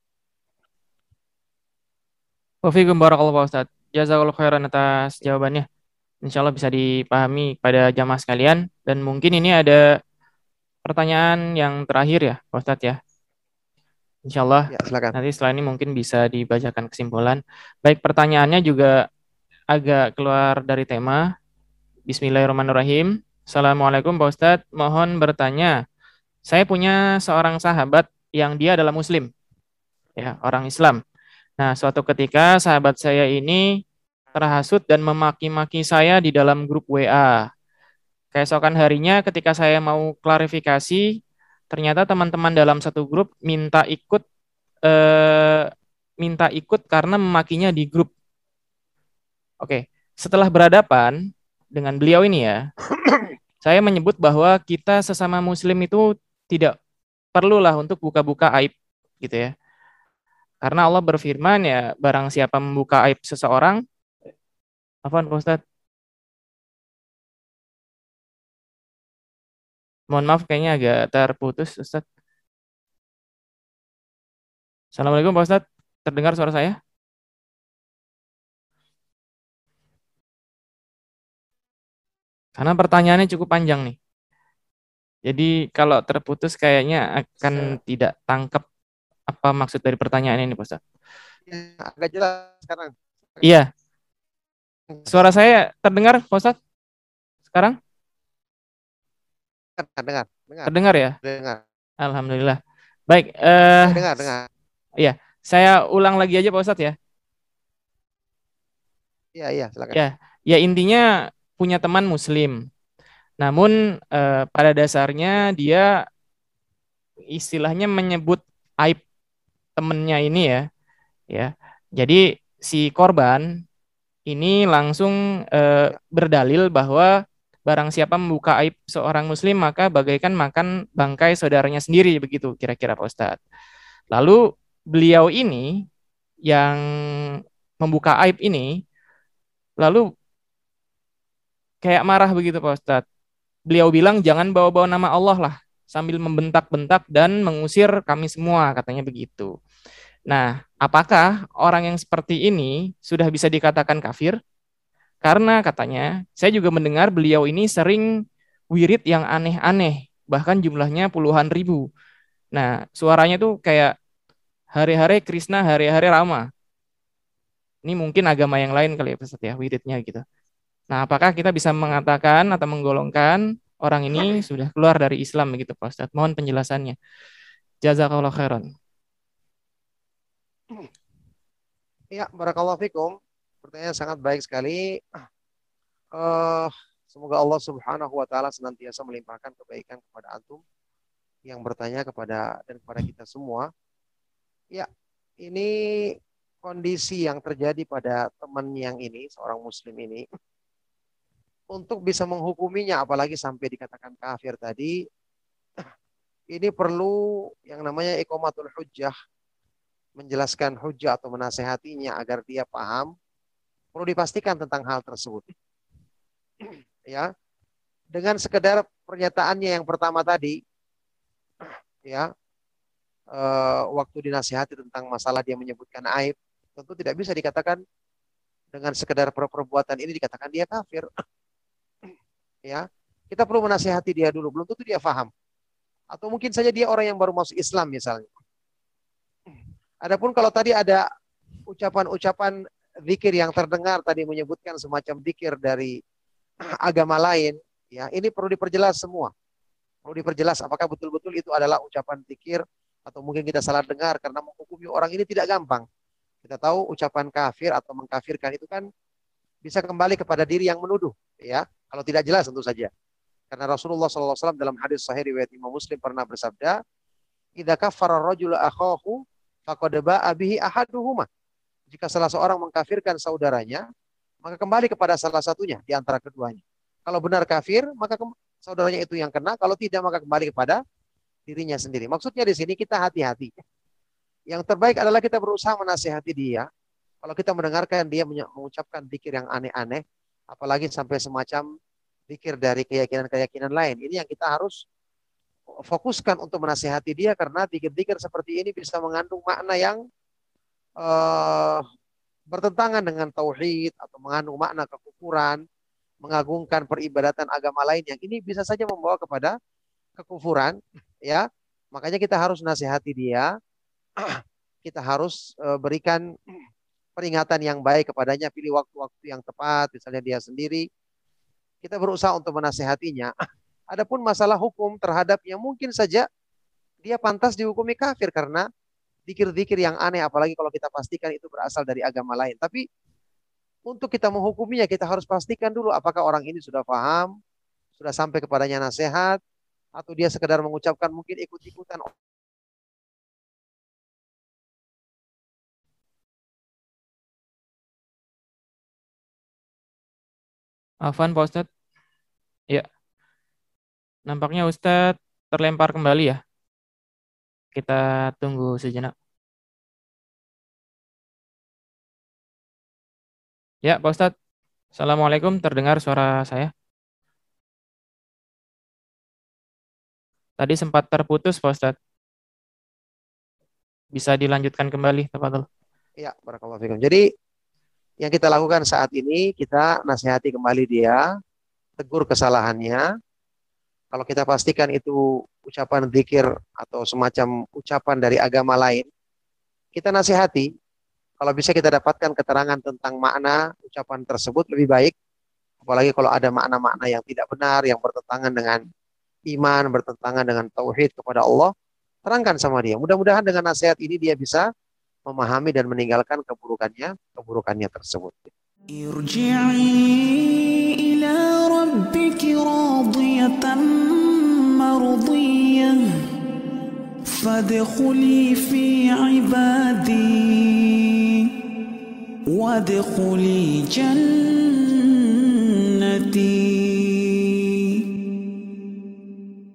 Wa fikum barakallahu Pak Ustadz. Jazakallahu khairan atas jawabannya. Insya Allah bisa dipahami pada jamaah sekalian. Dan mungkin ini ada pertanyaan yang terakhir ya Pak Ustadz ya. Insya Allah Ya, silakan. nanti setelah ini mungkin bisa dibacakan kesimpulan. Baik, pertanyaannya juga agak keluar dari tema. Bismillahirrahmanirrahim. Assalamualaikum Pak Ustadz. Mohon bertanya. Saya punya seorang sahabat yang dia adalah Muslim. Ya, orang Islam. Nah, suatu ketika sahabat saya ini terhasut dan memaki-maki saya di dalam grup WA. Keesokan harinya ketika saya mau klarifikasi, ternyata teman-teman dalam satu grup minta ikut karena memakinya di grup. Oke, setelah berhadapan dengan beliau ini ya, saya menyebut bahwa kita sesama muslim itu tidak perlulah untuk buka-buka aib gitu ya. Karena Allah berfirman ya, barang siapa membuka aib seseorang, apaan Pak Ustadz? Mohon maaf kayaknya agak terputus Ustadz. Assalamualaikum Pak Ustadz, terdengar suara saya? Karena pertanyaannya cukup panjang nih. Jadi kalau terputus kayaknya akan tidak tangkap apa maksud dari pertanyaan ini Pak Ustadz. Ya, agak jelas sekarang. Iya, suara saya terdengar Pak Ustadz sekarang? Dengar. Terdengar ya? Dengar. Alhamdulillah. Baik, Dengar. iya, saya ulang lagi aja Pak Ustadz ya. Iya, silakan. Ya intinya punya teman muslim. Namun pada dasarnya dia istilahnya menyebut aib temennya ini ya. Jadi si korban ini langsung berdalil bahwa barang siapa membuka aib seorang muslim maka bagaikan makan bangkai saudaranya sendiri, begitu kira-kira Pak Ustadz. Lalu beliau ini yang membuka aib ini lalu kayak marah begitu Pak Ustadz. Beliau bilang jangan bawa-bawa nama Allah lah, sambil membentak-bentak dan mengusir kami semua, katanya begitu. Nah, apakah orang yang seperti ini sudah bisa dikatakan kafir? Karena katanya, saya juga mendengar beliau ini sering wirid yang aneh-aneh, bahkan jumlahnya puluhan ribu. Nah, suaranya tuh kayak hari-hari Krishna, hari-hari Rama. Ini mungkin agama yang lain kali ya, Ustaz ya, wiridnya gitu. Nah, apakah kita bisa mengatakan atau menggolongkan orang ini sudah keluar dari Islam begitu, Pak Ustadz? Mohon penjelasannya. Jazakallah khairan. Ya, barakallahu fikum. Pertanyaan sangat baik sekali. Eh, Semoga Allah Subhanahu wa taala senantiasa melimpahkan kebaikan kepada antum yang bertanya kepada kita semua. Ya, ini kondisi yang terjadi pada teman yang ini, seorang muslim ini, untuk bisa menghukuminya apalagi sampai dikatakan kafir tadi, ini perlu yang namanya iqamatul hujjah, menjelaskan hujjah atau menasehatinya agar dia paham, perlu dipastikan tentang hal tersebut. Ya, dengan sekedar pernyataannya yang pertama tadi, ya, waktu dinasihati tentang masalah dia menyebutkan aib, tentu tidak bisa dikatakan dengan sekedar perbuatan ini dikatakan dia kafir. Ya, kita perlu menasihati dia dulu, belum tentu dia paham. Atau mungkin saja dia orang yang baru masuk Islam misalnya. Adapun kalau tadi ada ucapan-ucapan zikir yang terdengar tadi menyebutkan semacam zikir dari agama lain, ya ini perlu diperjelas semua. Perlu diperjelas apakah betul-betul itu adalah ucapan zikir atau mungkin kita salah dengar, karena menghukumi orang ini tidak gampang. Kita tahu ucapan kafir atau mengkafirkan itu kan bisa kembali kepada diri yang menuduh, ya. Kalau tidak jelas tentu saja. Karena Rasulullah SAW dalam hadis sahih riwayat Imam Muslim pernah bersabda, "Idza kafara ar-rajulu akhahu faqad ba'a bihi ahaduhuma." Jika salah seorang mengkafirkan saudaranya, maka kembali kepada salah satunya di antara keduanya. Kalau benar kafir, maka saudaranya itu yang kena, kalau tidak maka kembali kepada dirinya sendiri. Maksudnya di sini kita hati-hati. Yang terbaik adalah kita berusaha menasihati dia. Kalau kita mendengarkan dia mengucapkan zikir yang aneh-aneh, apalagi sampai semacam zikir dari keyakinan-keyakinan lain. Ini yang kita harus fokuskan untuk menasihati dia, karena zikir-zikir seperti ini bisa mengandung makna yang bertentangan dengan tauhid atau mengandung makna kekufuran, mengagungkan peribadatan agama lain yang ini bisa saja membawa kepada kekufuran, ya. Makanya kita harus nasihati dia, kita harus berikan peringatan yang baik kepadanya, pilih waktu-waktu yang tepat, misalnya dia sendiri. Kita berusaha untuk menasehatinya. Adapun masalah hukum terhadap yang mungkin saja dia pantas dihukumi kafir karena zikir-zikir yang aneh, apalagi kalau kita pastikan itu berasal dari agama lain. Tapi untuk kita menghukuminya, kita harus pastikan dulu apakah orang ini sudah paham, sudah sampai kepadanya nasihat, atau dia sekedar mengucapkan mungkin ikut-ikutan. Afwan Pak Ustadz. Ya, nampaknya Ustadz terlempar kembali ya. Kita tunggu sejenak. Ya, Pak Ustadz. Assalamualaikum, terdengar suara saya? Tadi sempat terputus, Pak Ustadz. Bisa dilanjutkan kembali, tafadhol. Ya, barakallahu fikum. Jadi yang kita lakukan saat ini, kita nasihati kembali dia, tegur kesalahannya. Kalau kita pastikan itu ucapan zikir atau semacam ucapan dari agama lain, kita nasihati. Kalau bisa kita dapatkan keterangan tentang makna ucapan tersebut lebih baik. Apalagi kalau ada makna-makna yang tidak benar, yang bertentangan dengan iman, bertentangan dengan tauhid kepada Allah, terangkan sama dia. Mudah-mudahan dengan nasihat ini dia bisa memahami dan meninggalkan keburukannya tersebut. Irji'i ila rabbiki radiyatan mardiyah fadkhuli fi ibadi wadkhuli jannati.